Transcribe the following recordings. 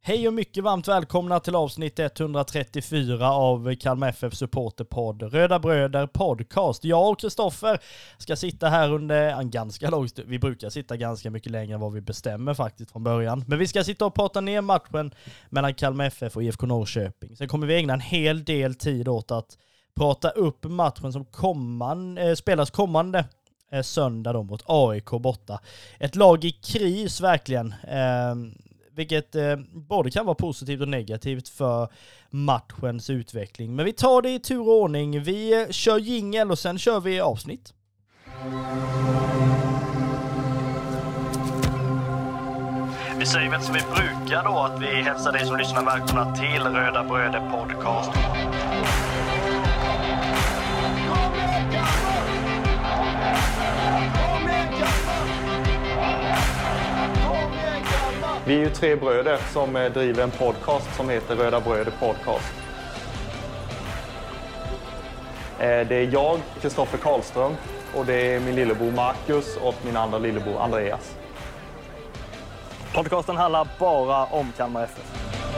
Hej och mycket varmt välkomna till avsnitt 134 av Kalmar FF supporterpodd Röda Bröder podcast. Jag och Kristoffer ska sitta här under en ganska lång stund. Vi brukar sitta ganska mycket längre än vad vi bestämmer faktiskt från början. Men vi ska sitta och prata ner matchen mellan Kalmar FF och IFK Norrköping. Sen kommer vi ägna en hel del tid åt att prata upp matchen som spelas kommande söndag då mot AIK borta. Ett lag i kris verkligen. Vilket både kan vara positivt och negativt för matchens utveckling. Men vi tar det i tur och ordning. Vi kör jingle och sen kör vi avsnitt. Vi säger väl som vi brukar då att vi hälsar dig som lyssnar välkomna till Röda Bröder podcast. Vi är ju tre bröder som driver en podcast som heter Röda Bröder podcast. Det är jag, Kristoffer Karlström, och det är min lillebror Marcus och min andra lillebror Andreas. Podcasten handlar bara om Kalmar FF.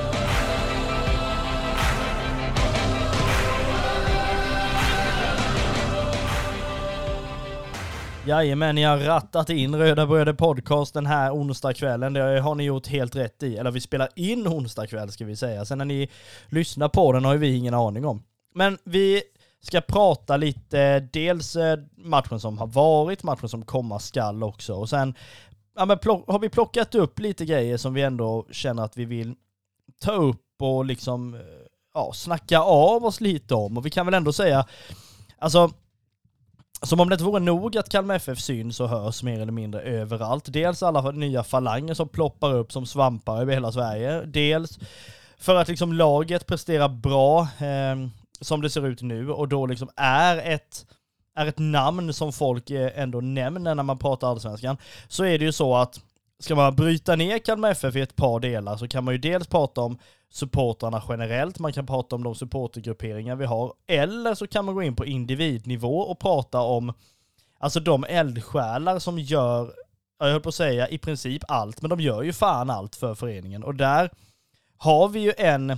Jajamän, ni har rattat in Röda Bröder podcast den här onsdagskvällen. Det har ni gjort helt rätt i. Eller vi spelar in onsdagskväll ska vi säga. Sen när ni lyssnar på den har ju vi ingen aning om. Men vi ska prata lite, dels matchen som har varit, matchen som komma skall också. Och sen har vi plockat upp lite grejer som vi ändå känner att vi vill ta upp och liksom snacka av oss lite om. Och vi kan väl ändå säga, alltså, som om det inte vore nog att Kalmar FF syns och hörs mer eller mindre överallt. Dels alla nya falanger som ploppar upp som svampar över hela Sverige. Dels för att liksom laget presterar bra som det ser ut nu. Och då liksom är ett namn som folk ändå nämner när man pratar allsvenskan. Så är det ju så att ska man bryta ner Kalmar FF i ett par delar så kan man ju dels prata om supportrarna generellt, man kan prata om de supportergrupperingar vi har, eller så kan man gå in på individnivå och prata om alltså de eldsjälar som gör, jag höll på att säga i princip allt, men de gör ju fan allt för föreningen. Och där har vi ju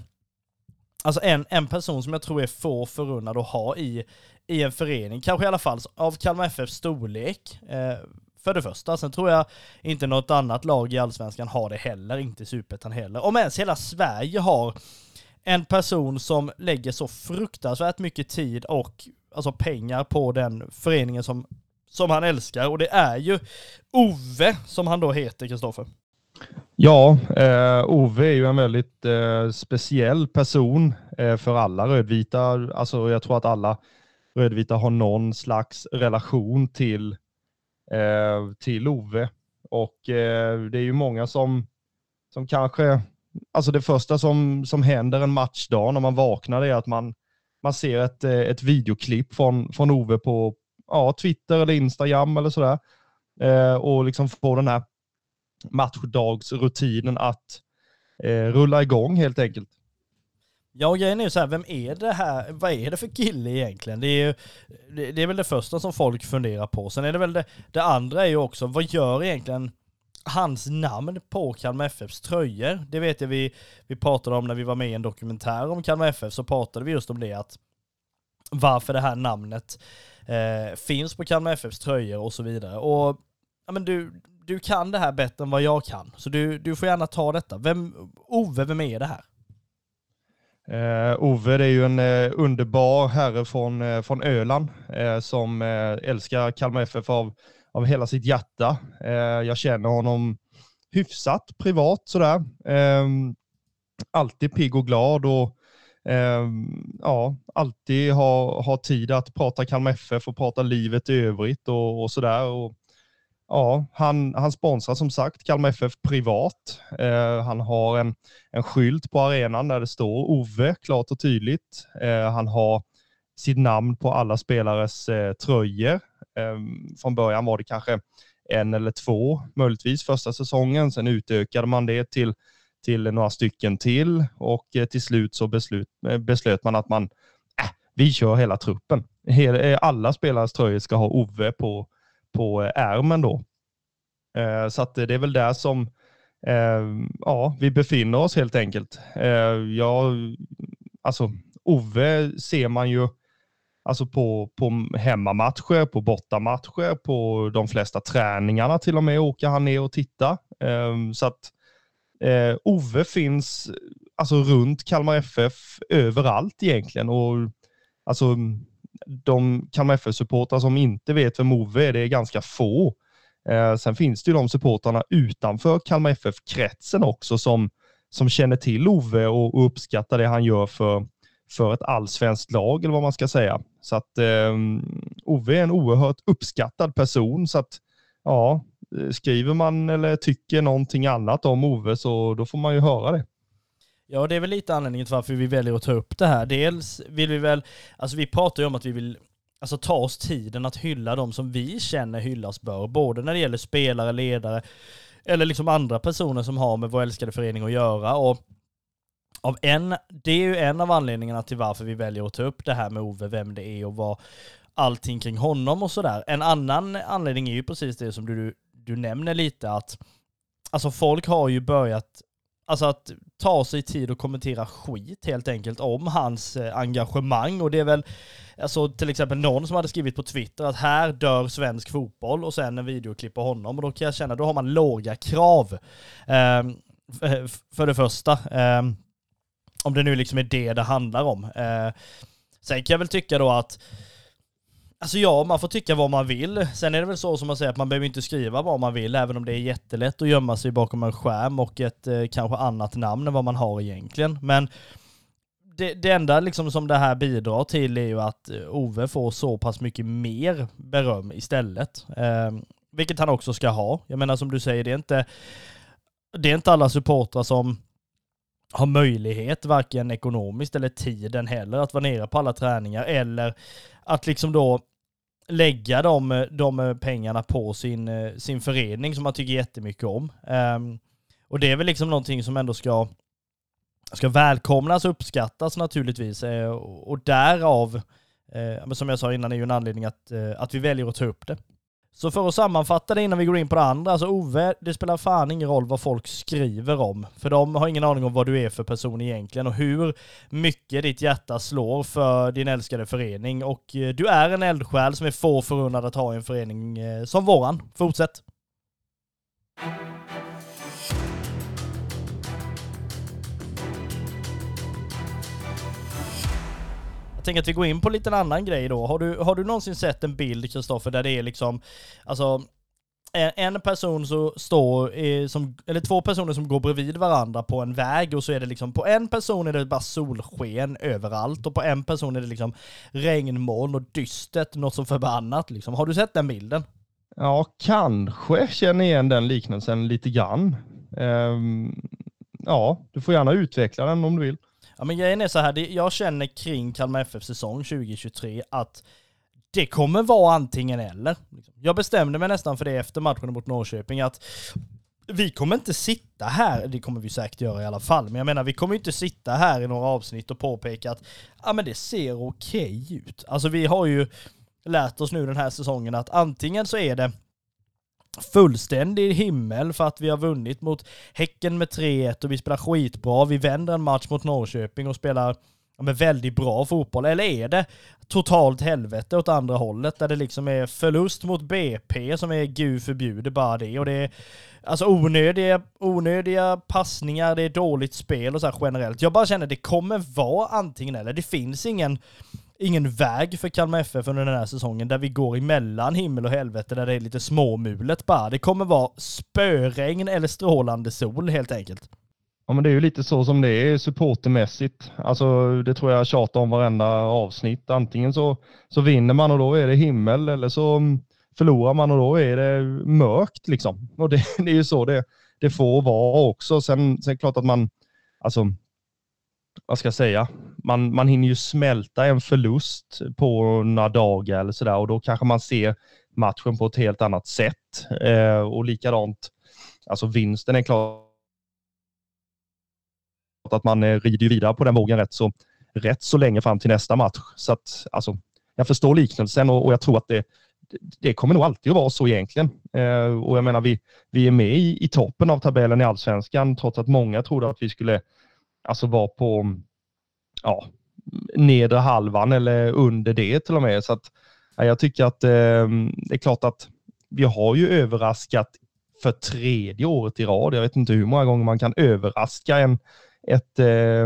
en person som jag tror är få förunnad att ha i en förening, kanske i alla fall av Kalmar FFs storlek. För det första, sen tror jag inte något annat lag i allsvenskan har det heller, inte Superettan heller. Om ens hela Sverige har en person som lägger så fruktansvärt mycket tid och alltså pengar på den föreningen som han älskar. Och det är ju Ove som han då heter, Kristoffer. Ja, Ove är ju en väldigt speciell person för alla rödvita. Alltså jag tror att alla rödvita har någon slags relation till Ove. Och det är ju många som kanske, alltså det första som händer en matchdag när man vaknar är att man ser ett videoklipp från Ove på Twitter eller Instagram eller sådär. Och liksom får den här matchdagsrutinen att rulla igång helt enkelt. Ja, grejen är ju så här, vem är det här? Vad är det för kille egentligen? Det är väl det första som folk funderar på. Sen är det väl det andra är ju också, vad gör egentligen hans namn på Kalmar FFs tröjor? Det vet jag vi pratade om när vi var med i en dokumentär om Kalmar FF, så pratade vi just om det, att varför det här namnet finns på Kalmar FFs tröjor och så vidare. Och ja, men du kan det här bättre än vad jag kan. Så du får gärna ta detta. Ove, vem är det här? Ove är ju en underbar herre från Öland som älskar Kalmar FF av hela sitt hjärta. Jag känner honom hyfsat privat sådär. Alltid pigg och glad och alltid ha tid att prata Kalmar FF och prata livet i övrigt och sådär. Och ja, han sponsrar som sagt Kalmar FF privat. Han har en skylt på arenan där det står Ove klart och tydligt. Han har sitt namn på alla spelares tröjor. Från början var det kanske 1 eller 2 möjligtvis första säsongen. Sen utökade man det till några stycken till. Och till slut så beslöt man att vi kör hela truppen. Alla spelares tröjor ska ha Ove på ärmen då. Så att det är väl där som ja, vi befinner oss helt enkelt. Alltså Ove ser man ju alltså på hemmamatcher, på bortamatcher, på de flesta träningarna till och med åker han ner och tittar. Så att Ove finns alltså runt Kalmar FF överallt egentligen. Och alltså de Kalmar FF-supportrar som inte vet vem Ove är, det är ganska få. Sen finns det ju de supportrarna utanför Kalmar FF-kretsen också som känner till Ove och uppskattar det han gör för ett allsvenskt lag, eller vad man ska säga. Så att Ove är en oerhört uppskattad person. Så att ja, skriver man eller tycker någonting annat om Ove, så då får man ju höra det. Ja, det är väl lite anledningen till varför vi väljer att ta upp det här. Dels vill vi väl, alltså vi pratar ju om att vi vill alltså ta oss tiden att hylla de som vi känner hyllas bör, både när det gäller spelare, ledare eller liksom andra personer som har med vår älskade förening att göra. Och det är ju en av anledningarna till varför vi väljer att ta upp det här med Ove, vem det är och vad allting kring honom och sådär. En annan anledning är ju precis det som du nämner lite, att alltså folk har ju börjat alltså att ta sig tid och kommentera skit helt enkelt om hans engagemang. Och det är väl alltså till exempel någon som hade skrivit på Twitter att här dör svensk fotboll, och sen en videoklipp på honom. Och då kan jag känna, då har man låga krav för det första. Om det nu liksom är det handlar om. Sen kan jag väl tycka då att alltså ja, man får tycka vad man vill. Sen är det väl så som man säger att man behöver inte skriva vad man vill, även om det är jättelätt att gömma sig bakom en skärm och ett kanske annat namn än vad man har egentligen. Men det enda liksom som det här bidrar till är ju att Ove får så pass mycket mer beröm istället. Vilket han också ska ha. Jag menar som du säger, det är inte alla supportrar som har möjlighet, varken ekonomiskt eller tiden heller, att vara nere på alla träningar eller att liksom då lägga de pengarna på sin förening som man tycker jättemycket om. Och det är väl liksom någonting som ändå ska välkomnas och uppskattas naturligtvis. Och därav, som jag sa innan, är ju en anledning att vi väljer att ta upp det. Så för att sammanfatta det innan vi går in på det andra, alltså Ove, det spelar fan ingen roll vad folk skriver om. För de har ingen aning om vad du är för person egentligen och hur mycket ditt hjärta slår för din älskade förening. Och du är en eldsjäl som är få förunnad att ha en förening som våran. Fortsätt! Jag tänker att vi går in på lite en annan grej då. Har du någonsin sett en bild, Kristoffer, där det är liksom, alltså en person så står eller två personer som går bredvid varandra på en väg, och så är det liksom på en person är det bara solsken överallt och på en person är det liksom regnmoln och dystert, något som förbannat liksom. Har du sett den bilden? Ja, kanske känner igen den liknelsen lite grann. Ja, du får gärna utveckla den om du vill. Ja, men grejen är så här, jag känner kring Kalmar FF-säsong 2023 att det kommer vara antingen eller. Jag bestämde mig nästan för det efter matchen mot Norrköping, att vi kommer inte sitta här, det kommer vi säkert göra i alla fall, men jag menar vi kommer inte sitta här i några avsnitt och påpeka att ja, men det ser okej ut. Alltså vi har ju lärt oss nu den här säsongen att antingen så är det fullständig himmel för att vi har vunnit mot Häcken med 3-1 och vi spelar skitbra, vi vänder en match mot Norrköping och spelar med väldigt bra fotboll, eller är det totalt helvete åt andra hållet där det liksom är förlust mot BP som är gud förbjuder bara det, och det är alltså onödiga passningar, det är dåligt spel och så här generellt. Jag bara känner att det kommer vara antingen eller. Det finns ingen väg för Kalmar FF under den här säsongen där vi går emellan himmel och helvete, där det är lite småmulet bara. Det kommer vara spöregn eller strålande sol helt enkelt. Ja, men det är ju lite så som det är supportermässigt. Alltså det tror jag tjatar om varenda avsnitt. Antingen så vinner man och då är det himmel, eller så förlorar man och då är det mörkt liksom. Och det är ju så det får vara också. Sen är det klart att man, alltså vad ska jag säga, man hinner ju smälta en förlust på några dagar eller sådär, och då kanske man ser matchen på ett helt annat sätt. Och likadant, alltså vinsten är klart att man rider vidare på den vågen rätt så länge fram till nästa match. Så att, alltså, jag förstår liknelsen och jag tror att det kommer nog alltid att vara så egentligen. Och jag menar, vi är med i toppen av tabellen i Allsvenskan, trots att många trodde att vi skulle alltså vara på nedre halvan eller under det till och med. Så att jag tycker att det är klart att vi har ju överraskat för 3:e året i rad. Jag vet inte hur många gånger man kan överraska ett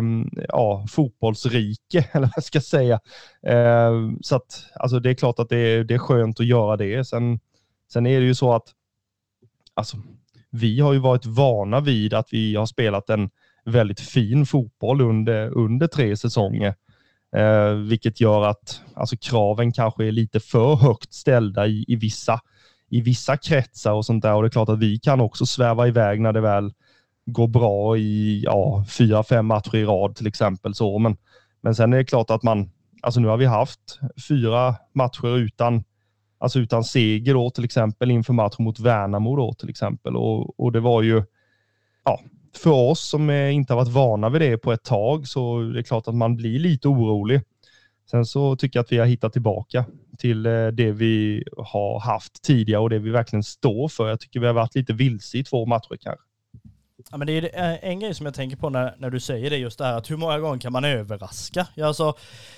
fotbollsrike, eller vad jag ska säga. Så att alltså det är klart att det är skönt att göra det. Sen är det ju så att alltså, vi har ju varit vana vid att vi har spelat en väldigt fin fotboll under 3 säsonger. Vilket gör att alltså, kraven kanske är lite för högt ställda i vissa kretsar och sånt där. Och det är klart att vi kan också sväva iväg när det väl går bra i 4-5 matcher i rad till exempel. Så. Men sen är det klart att alltså nu har vi haft 4 matcher utan seger då, till exempel inför matchen mot Värnamo då, till exempel. Och det var ju för oss som inte har varit vana vid det på ett tag, så det är klart att man blir lite orolig. Sen så tycker jag att vi har hittat tillbaka till det vi har haft tidigare och det vi verkligen står för. Jag tycker vi har varit lite vilse i 2 matcher kanske. Ja, men det är en grej som jag tänker på när du säger det, just det här att hur många gånger kan man överraska? Ja, alltså,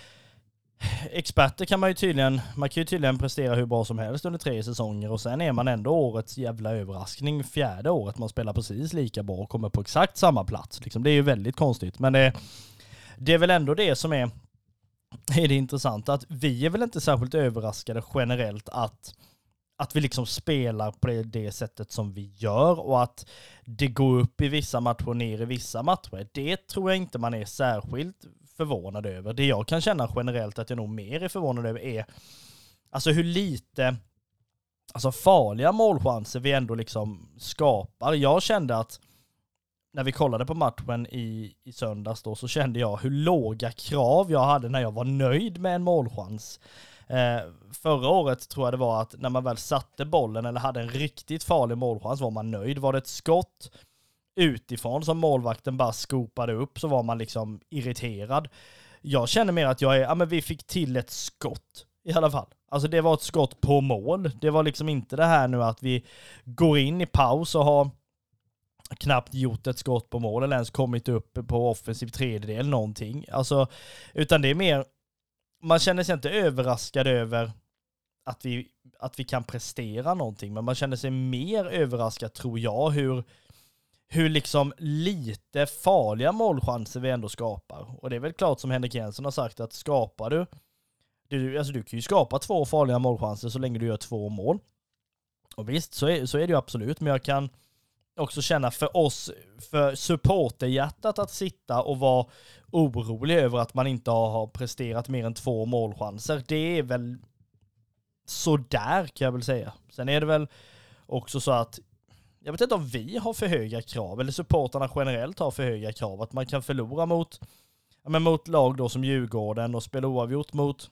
experter kan ju tydligen prestera hur bra som helst under 3 säsonger och sen är man ändå årets jävla överraskning 4:e året man spelar precis lika bra och kommer på exakt samma plats. Liksom, det är ju väldigt konstigt, men det är väl ändå det som är det intressanta, att vi är väl inte särskilt överraskade generellt att vi liksom spelar på det sättet som vi gör och att det går upp i vissa matcher och ner i vissa matcher. Det tror jag inte man är särskilt förvånad över. Det jag kan känna generellt att jag nog mer är förvånad över är alltså hur lite alltså farliga målchanser vi ändå liksom skapar. Jag kände att när vi kollade på matchen i söndags då, så kände jag hur låga krav jag hade när jag var nöjd med en målchans. Förra året tror jag det var att när man väl satte bollen eller hade en riktigt farlig målchans var man nöjd. Var det ett skott utifrån som målvakten bara skopade upp så var man liksom irriterad. Jag känner mer att men vi fick till ett skott i alla fall. Alltså det var ett skott på mål. Det var liksom inte det här nu att vi går in i paus och har knappt gjort ett skott på mål eller ens kommit upp på offensiv tredjedel någonting. Alltså, utan det är mer, man känner sig inte överraskad över att vi kan prestera någonting, men man känner sig mer överraskad, tror jag, hur liksom lite farliga målchanser vi ändå skapar. Och det är väl klart som Henrik Jensen har sagt, att skapar du kan ju skapa 2 farliga målchanser så länge du gör 2 mål. Och visst, så är det ju absolut, men jag kan också känna för oss, för supporterhjärtat, att sitta och vara orolig över att man inte har presterat mer än 2 målchanser. Det är väl så där, kan jag väl säga. Sen är det väl också så att jag vet inte om vi har för höga krav eller supporterna generellt har för höga krav, att man kan förlora mot lag då som Djurgården och spela oavgjort mot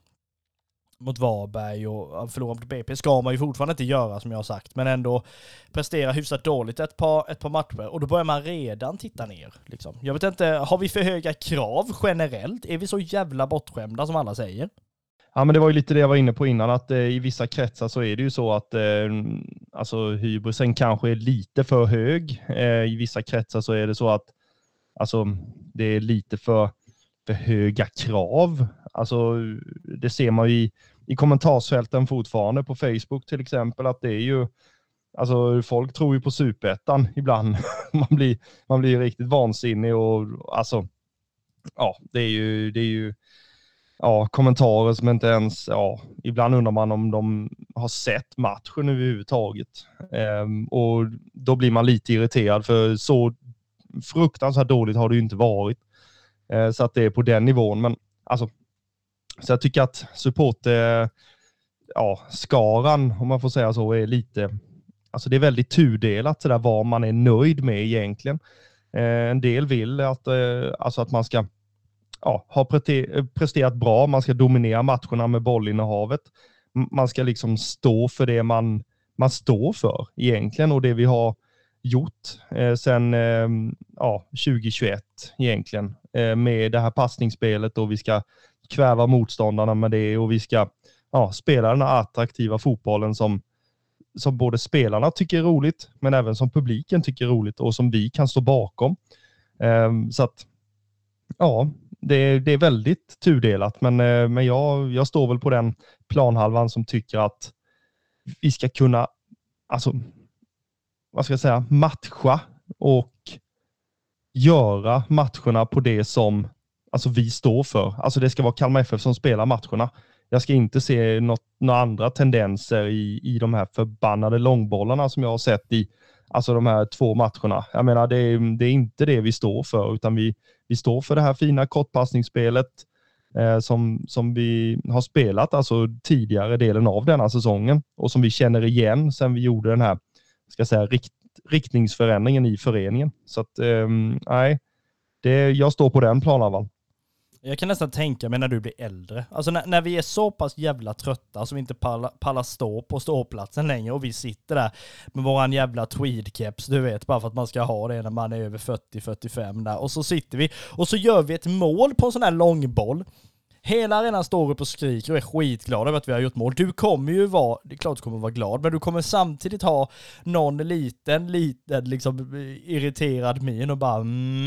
Varberg och förlora mot BP ska man ju fortfarande inte göra, som jag har sagt, men ändå prestera hyfsat dåligt ett par matcher och då börjar man redan titta ner liksom. Jag vet inte, har vi för höga krav generellt? Är vi så jävla bortskämda som alla säger? Ja, men det var ju lite det jag var inne på innan, att i vissa kretsar så är det ju så att alltså hybrisen kanske är lite för hög. I vissa kretsar så är det så att alltså det är lite för höga krav. Alltså det ser man ju i kommentarsfälten fortfarande på Facebook till exempel, att det är ju alltså folk tror ju på Superettan ibland. man blir riktigt vansinnig och alltså det är ju kommentarer som inte ens, ibland undrar man om de har sett matchen överhuvudtaget. Och då blir man lite irriterad, för så fruktansvärt dåligt har det ju inte varit. Så att det är på den nivån. Men alltså, så jag tycker att skaran, om man får säga så, är lite, alltså det är väldigt tudelat så där vad man är nöjd med egentligen. En del vill att man ska ha presterat bra, man ska dominera matcherna med bollinnehavet. Man ska liksom stå för det man står för egentligen, och det vi har gjort sen 2021 egentligen med det här passningsspelet, och vi ska kväva motståndarna med det, och vi ska spela den här attraktiva fotbollen som både spelarna tycker är roligt, men även som publiken tycker är roligt och som vi kan stå bakom. Så att, ja, det är väldigt tudelat, men jag står väl på den planhalvan som tycker att vi ska kunna, alltså, vad ska jag säga, matcha och göra matcherna på det som alltså vi står för. Alltså det ska vara Kalmar FF som spelar matcherna. Jag ska inte se några andra tendenser i de här förbannade långbollarna som jag har sett i alltså de här 2 matcherna. Jag menar, det är inte det vi står för, utan vi står för det här fina kortpassningsspelet som vi har spelat alltså tidigare delen av denna säsongen och som vi känner igen sen vi gjorde den här, ska jag säga, riktningsförändringen i föreningen. Så att nej, jag står på den planen. Jag kan nästan tänka mig när du blir äldre. Alltså när vi är så pass jävla trötta som vi inte pallar stå på ståplatsen längre och vi sitter där med våran jävla tweedcaps, du vet, bara för att man ska ha det när man är över 40-45 där. Och så sitter vi och så gör vi ett mål på en sån här långboll. Hela arenan står upp och skriker och är skitglad över att vi har gjort mål. Du kommer ju vara, det är klart du kommer vara glad, men du kommer samtidigt ha någon liten liksom irriterad min och bara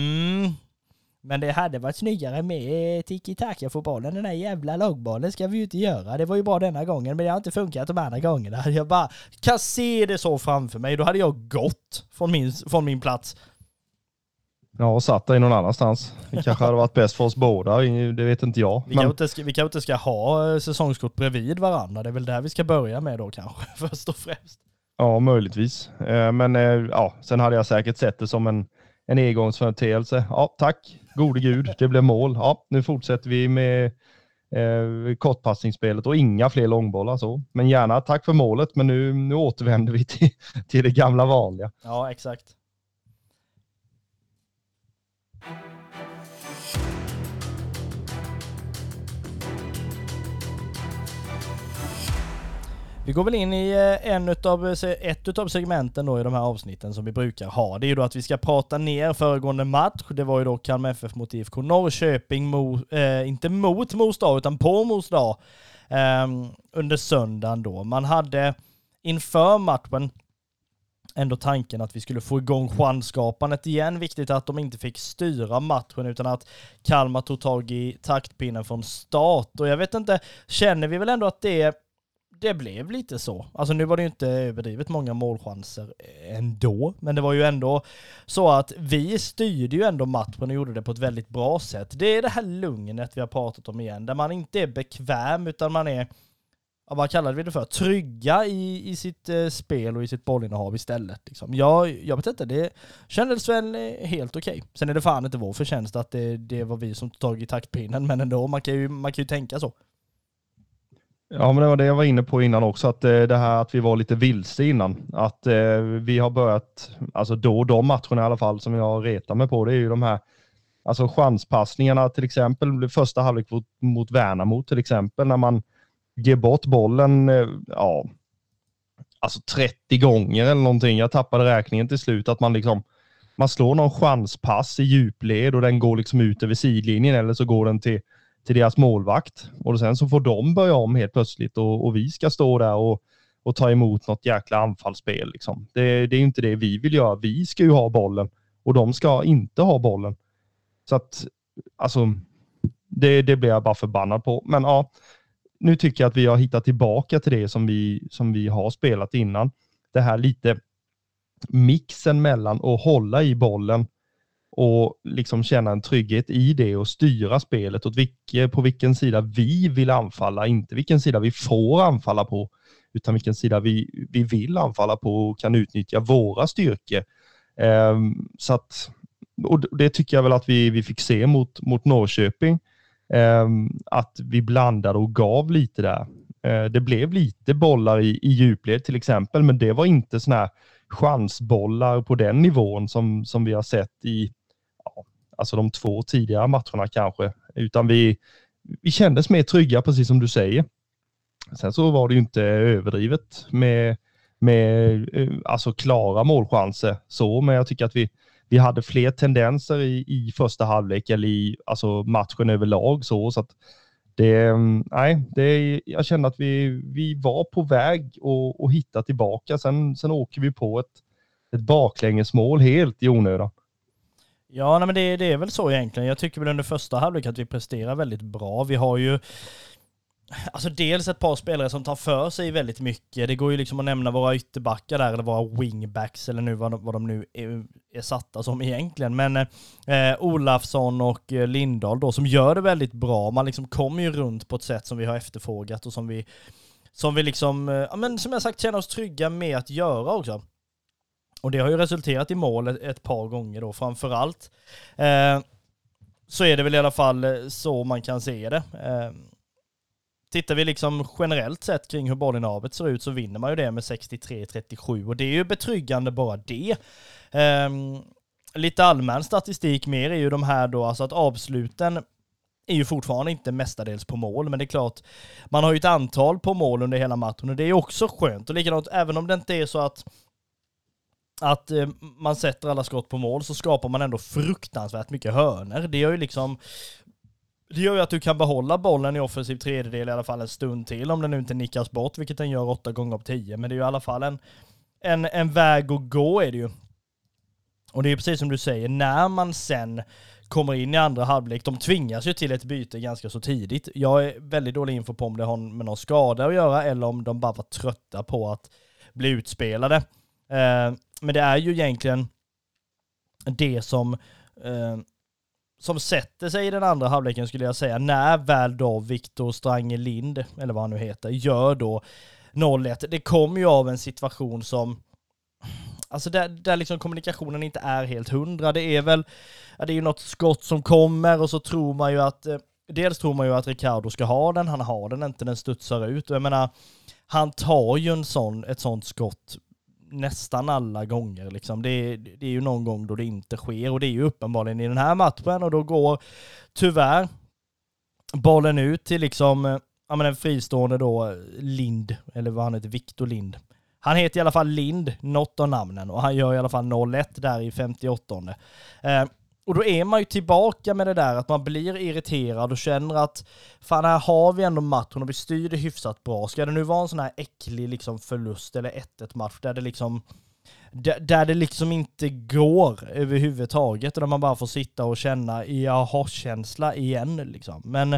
men det hade varit snyggare med tiki-taka-fotbollen. Den här jävla långbollen ska vi ju inte göra. Det var ju bra denna gången, men det har inte funkat de andra gångerna. Jag bara kan se det så framför mig. Då hade jag gått från min plats. Ja, och satt dig någon annanstans. Det kanske hade varit bäst för oss båda, det vet inte jag. Vi kanske inte ska ha säsongskort bredvid varandra. Det är väl där vi ska börja med då kanske, först och främst. Ja, möjligtvis. Men sen hade jag säkert sett det som en engångsföreteelse. Ja, tack. Gode Gud, det blev mål. Ja, nu fortsätter vi med kortpassningsspelet och inga fler långbollar så. Men gärna tack för målet, men nu återvänder vi till det gamla vanliga. Ja, exakt. Vi går väl in i ett av segmenten då i de här avsnitten som vi brukar ha. Det är ju då att vi ska prata ner föregående match. Det var ju då Kalmar FF mot IFK Norrköping, inte mot Mors dag utan på Mors dag under söndagen då. Man hade inför matchen ändå tanken att vi skulle få igång chansskapandet igen. Viktigt att de inte fick styra matchen utan att Kalmar tog tag i taktpinnen från start. Och jag vet inte, känner vi väl ändå att det blev lite så. Alltså nu var det ju inte överdrivet många målchanser ändå. Men det var ju ändå så att vi styrde ju ändå matchen och gjorde det på ett väldigt bra sätt. Det är det här lugnet vi har pratat om igen. Där man inte är bekväm utan man är, vad kallade vi det för? Trygga i sitt spel och i sitt bollinnehav istället. Liksom. Jag vet inte, det kändes väl helt okej. Sen är det fan inte vår förtjänst att det var vi som tog tag i taktpinnen. Men ändå, man kan ju tänka så. Ja, men det var det jag var inne på innan också, att det här att vi var lite vilse innan. Att vi har börjat, alltså då de matcherna i alla fall som jag retar mig på, det är ju de här alltså chanspassningarna till exempel, första halvlek mot Värnamo till exempel, när man ger bort bollen, alltså 30 gånger eller någonting. Jag tappade räkningen till slut, att man slår någon chanspass i djupled och den går liksom ut över sidlinjen eller så går den till deras målvakt. Och sen så får de börja om helt plötsligt och vi ska stå där och ta emot något jäkla anfallsspel. Liksom. Det är ju inte det vi vill göra. Vi ska ju ha bollen och de ska inte ha bollen. Så att, alltså, det blir jag bara förbannad på. Men ja, nu tycker jag att vi har hittat tillbaka till det som vi har spelat innan. Det här lite mixen mellan att hålla i bollen och liksom känna en trygghet i det och styra spelet åt på vilken sida vi vill anfalla, inte vilken sida vi får anfalla på, utan vilken sida vi vill anfalla på och kan utnyttja våra styrkor. Så att, och det tycker jag väl att vi fick se mot Norrköping, att vi blandade och gav lite där. Det blev lite bollar i djupled till exempel, men det var inte såna här chansbollar på den nivån som vi har sett i alltså de 2 tidigare matcherna kanske, utan vi kändes mer trygga, precis som du säger. Sen så var det ju inte överdrivet med alltså klara målchanser så, men jag tycker att vi hade fler tendenser i första halvlek eller i alltså matchen överlag så att Jag kände att vi var på väg att hitta tillbaka. Sen åker vi på ett baklängesmål helt i onödan. Ja, nej, men det är väl så egentligen. Jag tycker väl under första halvlek att vi presterar väldigt bra. Vi har ju alltså dels ett par spelare som tar för sig väldigt mycket. Det går ju liksom att nämna våra ytterbackar där, eller våra wingbacks, eller nu vad de nu är satta som egentligen. Men Olafsson och Lindahl då, som gör det väldigt bra. Man liksom kommer ju runt på ett sätt som vi har efterfrågat och som vi liksom, ja, men som jag sagt, känner oss trygga med att göra också. Och det har ju resulterat i mål ett par gånger då, framförallt. Så är det väl i alla fall så man kan se det. Tittar vi liksom generellt sett kring hur bollinnehavet ser ut, så vinner man ju det med 63-37. Och det är ju betryggande bara det. Lite allmän statistik mer är ju de här då, alltså att avsluten är ju fortfarande inte mestadels på mål, men det är klart, man har ju ett antal på mål under hela matchen och det är också skönt. Och likadant, även om det inte är så att man sätter alla skott på mål, så skapar man ändå fruktansvärt mycket hörner. Det gör ju att du kan behålla bollen i offensiv tredjedel i alla fall en stund till, om den nu inte nickas bort, vilket den gör 8 gånger av 10. Men det är ju i alla fall en väg att gå är det ju. Och det är precis som du säger, när man sen kommer in i andra halvlek, de tvingas ju till ett byte ganska så tidigt. Jag är väldigt dålig info på om det har med någon skada att göra, eller om de bara var trötta på att bli utspelade. Men det är ju egentligen det som sätter sig i den andra halvleken, skulle jag säga, när väl då Viktor Strange Lind, eller vad han nu heter, gör då 0-1. Det kommer ju av en situation som, alltså där liksom kommunikationen inte är helt 100. Det är ju något skott som kommer, och så tror man ju att dels tror man ju att Ricardo ska ha den, han har den inte, den studsar ut. Och jag menar, han tar ju ett sånt skott nästan alla gånger liksom. Det är ju någon gång då det inte sker, och det är ju uppenbarligen i den här matchen, och då går tyvärr bollen ut till liksom en fristående då Lind, eller vad han heter, Viktor Lind. Han heter i alla fall Lind, något av namnen, och han gör i alla fall 0-1 där i 58. Och då är man ju tillbaka med det där att man blir irriterad och känner att fan, här har vi ändå matchen och vi styr det hyfsat bra. Ska det nu vara en sån här äcklig liksom förlust eller 1-1 match där det liksom inte går överhuvudtaget, och där man bara får sitta och känna jaha-känsla igen liksom. Men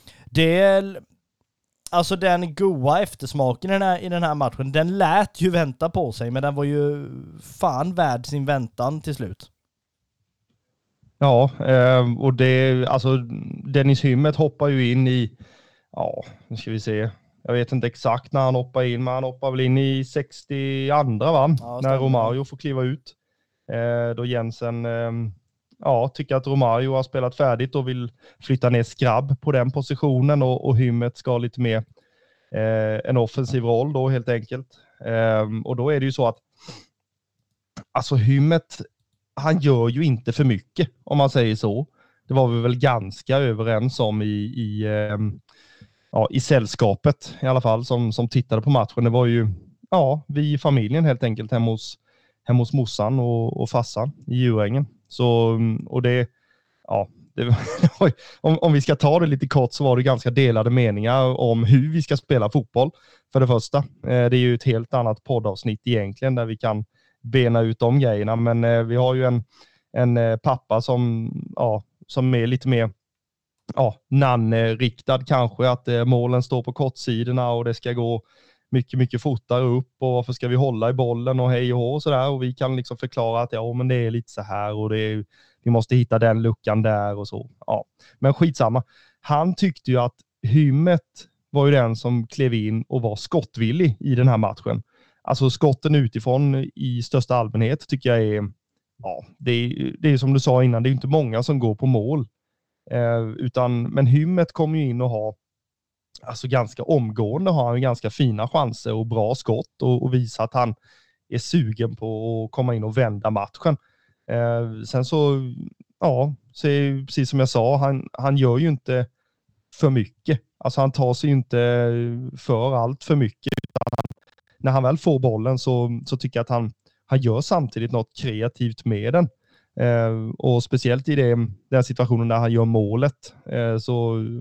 alltså den goa eftersmaken i den här matchen, den lät ju vänta på sig, men den var ju fan värd sin väntan till slut. Ja, och alltså Dennis Hymmet hoppar ju in i, nu ska vi se, jag vet inte exakt när han hoppar in, men han hoppar väl in i 62 va? Ja, när Romario får kliva ut. Då Jensen tycker att Romario har spelat färdigt och vill flytta ner Skrabb på den positionen, och Hymmet ska lite mer en offensiv roll då helt enkelt. Och då är det ju så att alltså Hymmet, han gör ju inte för mycket, om man säger så. Det var vi väl ganska överens om i sällskapet i alla fall som tittade på matchen. Det var ju vi i familjen helt enkelt hemma hos morsan och farsan i Djurängen. Så, och det var, om vi ska ta det lite kort, så var det ganska delade meningar om hur vi ska spela fotboll. För det första, det är ju ett helt annat poddavsnitt egentligen där vi kan bena ut de grejerna, men vi har ju en pappa som är lite mer namnriktad kanske, att målen står på kortsidorna och det ska gå mycket, mycket fortare upp, och varför ska vi hålla i bollen och hej och hå och sådär, och vi kan liksom förklara att men det är lite så här, och vi måste hitta den luckan där och så. Ja, men skitsamma. Han tyckte ju att Hymmet var ju den som klev in och var skottvillig i den här matchen. Alltså skotten utifrån i största allmänhet tycker jag är, det är som du sa innan, det är inte många som går på mål. Men Hymmet kommer ju in och har, alltså ganska omgående har han ganska fina chanser och bra skott, och visa att han är sugen på att komma in och vända matchen. Sen så är precis som jag sa, han gör ju inte för mycket. Alltså han tar sig inte för allt för mycket, utan när han väl får bollen så tycker jag att han gör samtidigt något kreativt med den. Och speciellt i den situationen där han gör målet, så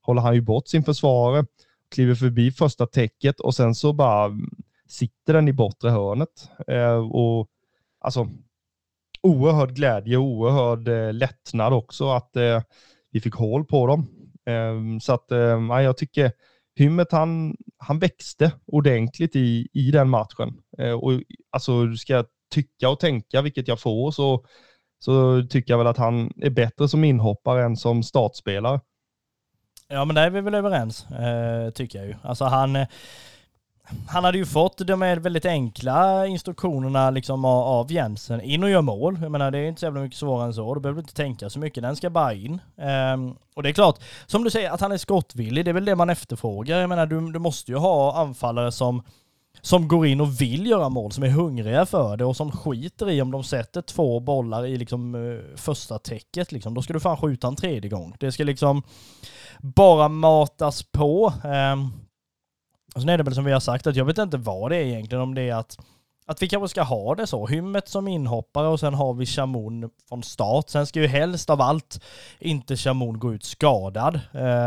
håller han ju bort sin försvarare, kliver förbi första täcket och sen så bara sitter den i bortre hörnet. Och alltså oerhörd glädje och oerhörd lättnad också att vi fick hål på dem. Så att jag tycker Hymmet han växte ordentligt i den matchen. Och alltså ska jag tycka och tänka vilket jag får så tycker jag väl att han är bättre som inhoppare än som startspelare. Ja, men där är vi väl överens, tycker jag ju. Alltså han hade ju fått de här väldigt enkla instruktionerna liksom av Jensen. In och gör mål. Jag menar, det är inte så jävla mycket svårare än så. Du behöver inte tänka så mycket. Den ska bara in. Och det är klart, som du säger, att han är skottvillig. Det är väl det man efterfrågar. Jag menar, du måste ju ha anfallare som går in och vill göra mål, som är hungriga för det och som skiter i om de sätter 2 bollar i liksom första täcket. Liksom. Då ska du fan skjuta en 3:e gång. Det ska liksom bara matas på. Och sen är det väl som vi har sagt att jag vet inte vad det är egentligen, om det är att vi kanske ska ha det så. Hymmet som inhoppare och sen har vi Chamoun från start. Sen ska ju helst av allt inte Chamoun gå ut skadad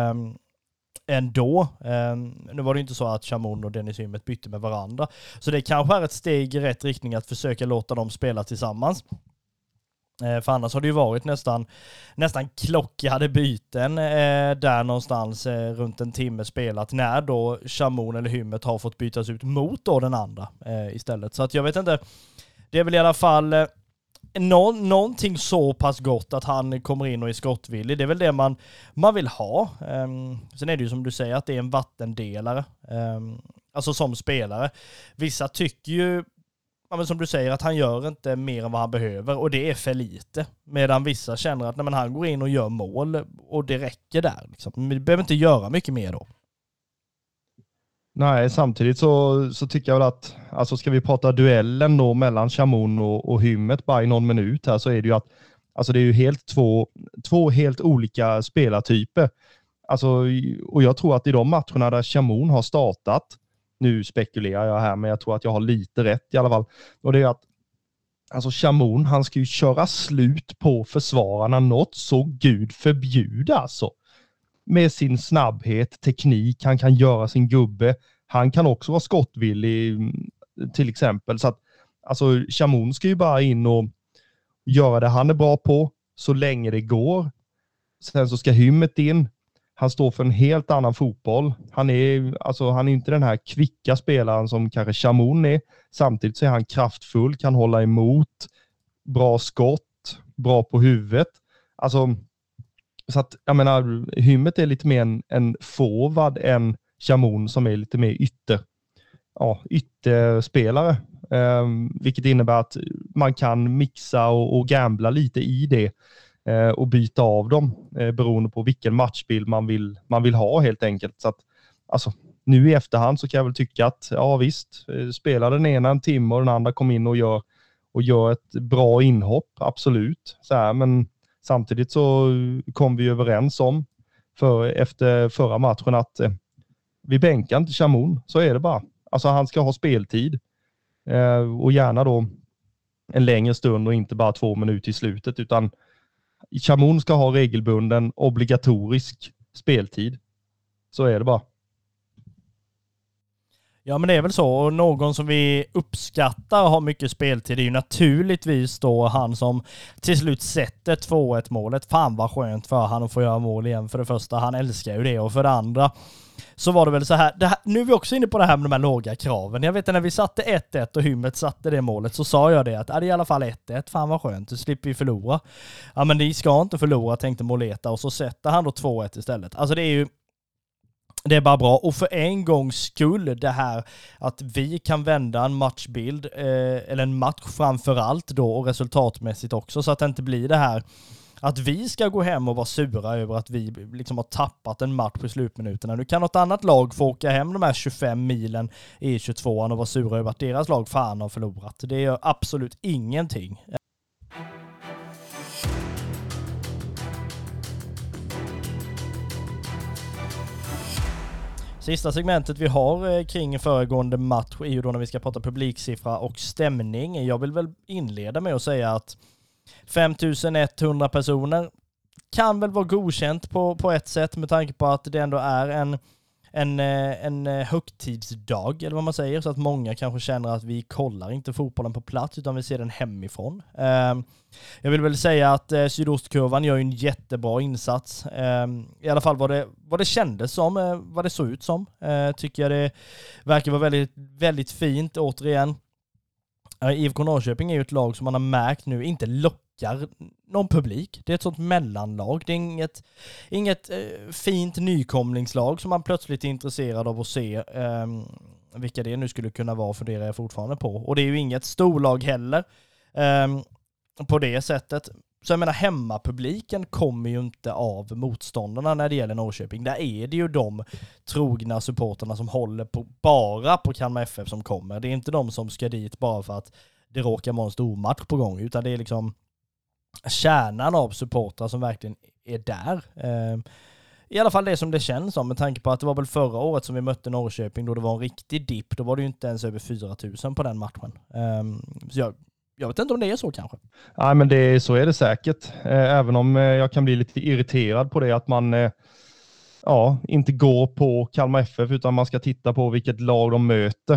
ändå. Nu var det inte så att Chamoun och Dennis Hymmet bytte med varandra. Så det kanske är ett steg i rätt riktning att försöka låta dem spela tillsammans. För annars har det ju varit nästan klockade byten där någonstans runt en timme spelat när då Chamoun eller Hymmet har fått bytas ut mot då den andra istället. Så att jag vet inte, det är väl i alla fall någonting så pass gott att han kommer in och är skottvillig. Det är väl det man vill ha. Sen är det ju som du säger att det är en vattendelare. Alltså som spelare. Vissa tycker ju, men som du säger, att han gör inte mer än vad han behöver och det är för lite. Medan vissa känner att men han går in och gör mål och det räcker där. Liksom. Vi behöver inte göra mycket mer då. Nej, samtidigt så tycker jag väl att, alltså ska vi prata duellen då mellan Chamoun och Hymmet bara i någon minut här, så är det ju att alltså det är ju helt två helt olika spelartyper. Alltså, och jag tror att i de matcherna där Chamoun har startat, nu spekulerar jag här men jag tror att jag har lite rätt i alla fall, och det är att alltså Chamoun, han ska ju köra slut på försvararna något så gud förbjuda alltså. Med sin snabbhet, teknik, han kan göra sin gubbe. Han kan också vara skottvillig till exempel. Så att alltså Chamoun ska ju bara in och göra det han är bra på så länge det går. Sen så ska Hymmet in. Han står för en helt annan fotboll. Han är inte den här kvicka spelaren som kanske Chamoun är. Samtidigt så är han kraftfull, kan hålla emot, bra skott, bra på huvudet. Alltså så att, jag menar, Hymmet är lite mer en forward än Chamoun som är lite mer ytterspelare. Vilket innebär att man kan mixa och gambla lite i det och byta av dem beroende på vilken matchbild man vill ha helt enkelt. Så att, alltså, nu i efterhand så kan jag väl tycka att ja visst, spelar den ena en timme och den andra kom in och gör ett bra inhopp, absolut. Så här, men samtidigt så kom vi överens om efter förra matchen att vi bänkar inte Chamoun, så är det bara. Alltså han ska ha speltid och gärna då en längre stund och inte bara 2 minuter i slutet, utan Chamoun ska ha regelbunden obligatorisk speltid. Så är det bara. Ja, men det är väl så. Och någon som vi uppskattar och har mycket speltid är ju naturligtvis då han som till slut sätter 2-1 målet. Fan vad skönt för han att få göra mål igen. För det första, han älskar ju det. Och för det andra så var det väl så här. Nu är vi också inne på det här med de här låga kraven. Jag vet att när vi satte 1-1 och Hymmet satte det målet så sa jag det att det är i alla fall 1-1. Fan vad skönt, så slipper vi förlora. Ja, men ni ska inte förlora, tänkte Moleta. Och så sätter han då 2-1 istället. Alltså det är bara bra. Och för en gångs skull det här att vi kan vända en matchbild eller en match framförallt då och resultatmässigt också, så att det inte blir det här att vi ska gå hem och vara sura över att vi liksom har tappat en match i slutminuterna. Nu kan något annat lag få åka hem de här 25 milen i 22an och vara sura över att deras lag fan har förlorat. Det gör absolut ingenting. Sista segmentet vi har kring föregående match är ju då när vi ska prata publiksiffra och stämning. Jag vill väl inleda med att säga att 5100 personer kan väl vara godkänt på ett sätt med tanke på att det ändå är en högtidsdag, eller vad man säger, så att många kanske känner att vi kollar inte fotbollen på plats utan vi ser den hemifrån. Jag vill väl säga att Sydostkurvan gör en jättebra insats. I alla fall vad det kändes som, vad det såg ut som. Tycker jag det verkar vara väldigt, väldigt fint. Återigen, IFK Norrköping är ju ett lag som man har märkt nu inte lockar någon publik. Det är ett sånt mellanlag. Det är inget fint nykomlingslag som man plötsligt är intresserad av att se. Vilka det nu skulle kunna vara funderar jag fortfarande på. Och det är ju inget storlag heller på det sättet. Så jag menar, hemmapubliken kommer ju inte av motståndarna när det gäller Norrköping. Där är det ju de trogna supporterna som håller bara på Kalmar FF som kommer. Det är inte de som ska dit bara för att det råkar vara en stor match på gång, utan det är liksom kärnan av supportrar som verkligen är där. I alla fall det som det känns som, med tanke på att det var väl förra året som vi mötte Norrköping då det var en riktig dipp. Då var det ju inte ens över 4 000 på den matchen. Så jag vet inte om det är så kanske. Nej, men så är det säkert. Även om jag kan bli lite irriterad på det att man inte går på Kalmar FF utan man ska titta på vilket lag de möter.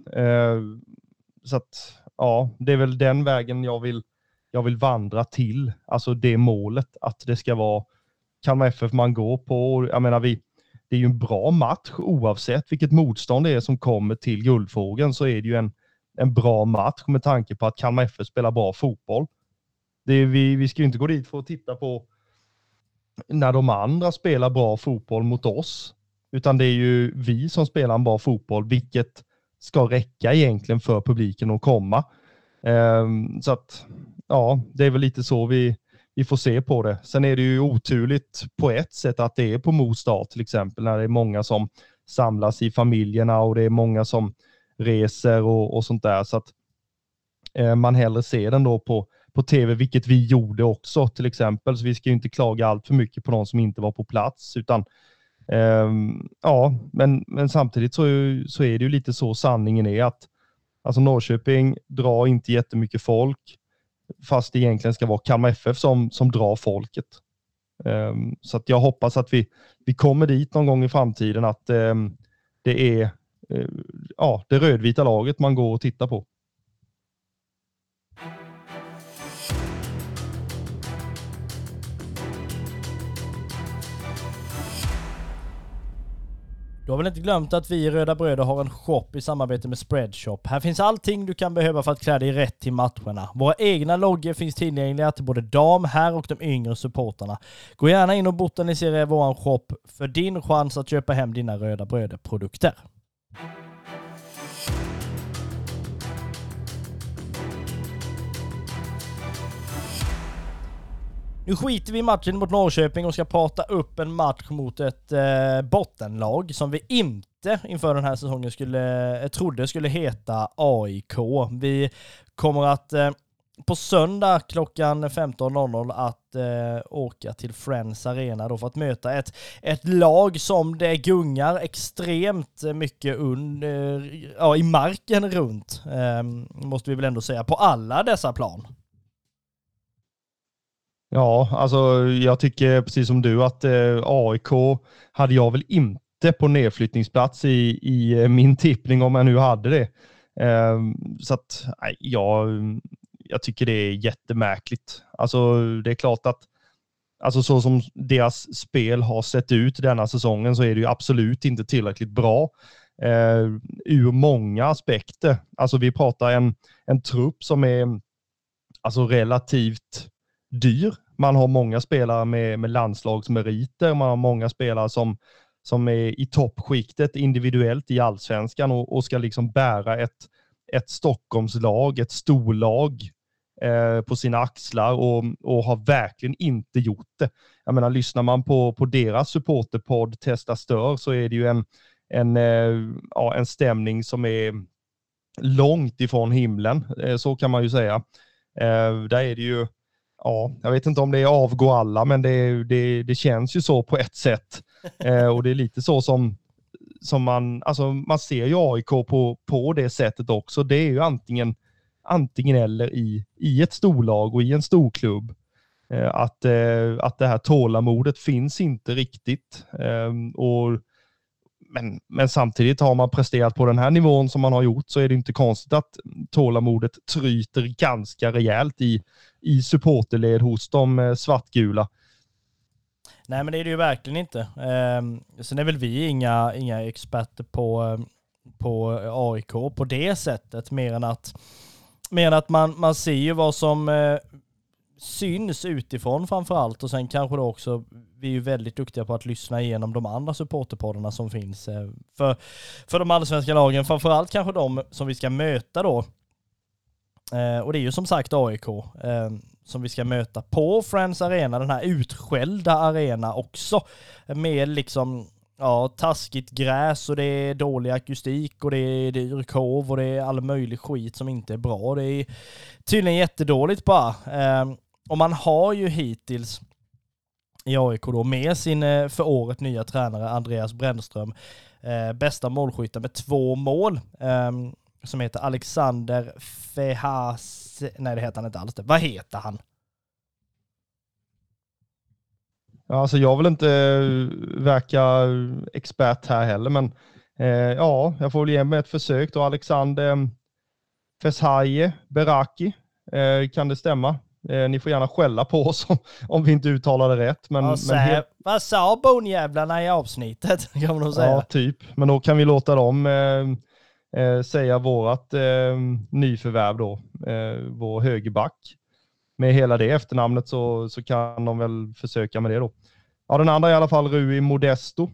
Så att det är väl den vägen jag vill vandra till. Alltså det målet att det ska vara Kalmar FF man går på. Jag menar, det är ju en bra match oavsett vilket motstånd det är som kommer till Guldfågeln, så är det ju en bra match med tanke på att Kalmar FF spelar bra fotboll. Vi ska ju inte gå dit för att titta på när de andra spelar bra fotboll mot oss, utan det är ju vi som spelar en bra fotboll, vilket ska räcka egentligen för publiken att komma. Så att det är väl lite så vi får se på det. Sen är det ju oturligt på ett sätt att det är på Mors dag till exempel, när det är många som samlas i familjerna och det är många som reser och sånt där, så att man hellre ser den då på tv, vilket vi gjorde också till exempel, så vi ska ju inte klaga allt för mycket på någon som inte var på plats, utan men samtidigt så är det ju lite så sanningen är, att alltså Norrköping drar inte jättemycket folk, fast det egentligen ska vara Kalmar FF som drar folket. Så att jag hoppas att vi kommer dit någon gång i framtiden, att det är det rödvita laget man går och tittar på. Du har väl inte glömt att vi i Röda Bröder har en shop i samarbete med Spreadshop. Här finns allting du kan behöva för att klä dig rätt till matcherna. Våra egna loggor finns tillgängliga till både dam, herr och de yngre supporterna. Gå gärna in och botanisera våran shop för din chans att köpa hem dina Röda Bröder-produkter. Nu skiter vi i matchen mot Norrköping och ska prata upp en match mot ett bottenlag som vi inte inför den här säsongen trodde skulle heta AIK. Vi kommer att på söndag klockan 15.00 att åka till Friends Arena då för att möta ett lag som det gungar extremt mycket i marken runt, måste vi väl ändå säga, på alla dessa plan. Ja, alltså jag tycker precis som du att AIK hade jag väl inte på nedflyttningsplats i min tippning om jag nu hade det. Så att jag tycker det är jättemärkligt. Alltså det är klart att alltså så som deras spel har sett ut denna säsongen så är det ju absolut inte tillräckligt bra ur många aspekter. Alltså vi pratar en trupp som är alltså relativt dyr. Man har många spelare med landslagsmeriter. Man har många spelare som är i toppskiktet individuellt i allsvenskan och ska liksom bära ett Stockholmslag, ett storlag på sina axlar och har verkligen inte gjort det. Jag menar, lyssnar man på deras supporterpodd Testa Stör så är det ju en stämning som är långt ifrån himlen. Så kan man ju säga. Där är det ju jag vet inte om det är avgå alla, men det känns ju så på ett sätt. Och det är lite så som man ser ju AIK på det sättet också. Det är ju antingen eller i ett storlag och i en storklubb. Att det här tålamodet finns inte riktigt. Men samtidigt har man presterat på den här nivån som man har gjort, så är det inte konstigt att tålamodet tryter ganska rejält i supporterled hos de svartgula. Nej, men det är det ju verkligen inte. Sen är väl vi inga experter på AIK på det sättet, mer än att man ser ju vad som syns utifrån framförallt, och sen kanske då också, vi är ju väldigt duktiga på att lyssna igenom de andra supporterpoddarna som finns för de allsvenska lagen, framförallt kanske de som vi ska möta då. Och det är ju som sagt AIK som vi ska möta på Friends Arena, den här utskällda arena också, med liksom taskigt gräs och det är dålig akustik och det är dyr kov och det är all möjlig skit som inte är bra. Det är tydligen jättedåligt bara. Och man har ju hittills i AIK då med sin för året nya tränare Andreas Brännström bästa målskytten med 2 mål som heter Alexander Fehas. Nej, det heter han inte alls det. Vad heter han? Ja, alltså jag vill inte verka expert här heller, men jag får väl ge mig ett försök då. Alexander Feshaye Beraki, kan det stämma? Ni får gärna skälla på oss om vi inte uttalar det rätt. Vad sa bonjävlarna i avsnittet, kan man nog säga. Ja, typ. Men då kan vi låta dem säga vårat nyförvärv då, vår högerback. Med hela det efternamnet så kan de väl försöka med det då. Ja, den andra i alla fall, Rui Modesto.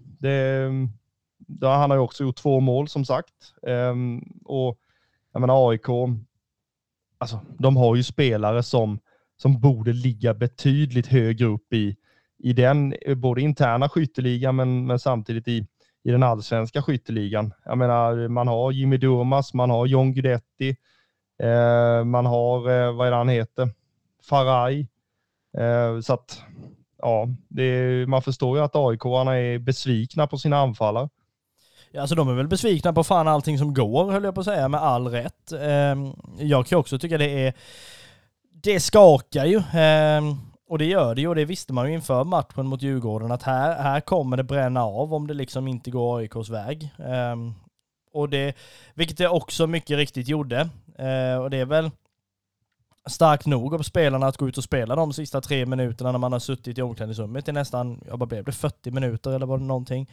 Han har ju också gjort 2 mål som sagt. Och jag menar AIK, alltså de har ju spelare som borde ligga betydligt högre upp i den både interna skytteligan men samtidigt i den allsvenska skytteligan. Jag menar, man har Jimmy Durmaz, man har John Guidetti, man har, vad är det han heter? Faraj. Så att, ja, man förstår ju att AIK-arna är besvikna på sina anfallare. Ja, alltså de är väl besvikna på fan allting som går, höll jag på att säga, med all rätt. Jag kan också tycka det skakar ju. Och det gör det ju, och det visste man ju inför matchen mot Djurgården, att här kommer det bränna av om det liksom inte går AIKs väg. Och vilket det också mycket riktigt gjorde. Och det är väl starkt nog av spelarna att gå ut och spela de sista 3 minuterna när man har suttit i omklädningsrummet i nästan, vad blev det, 40 minuter eller var det någonting.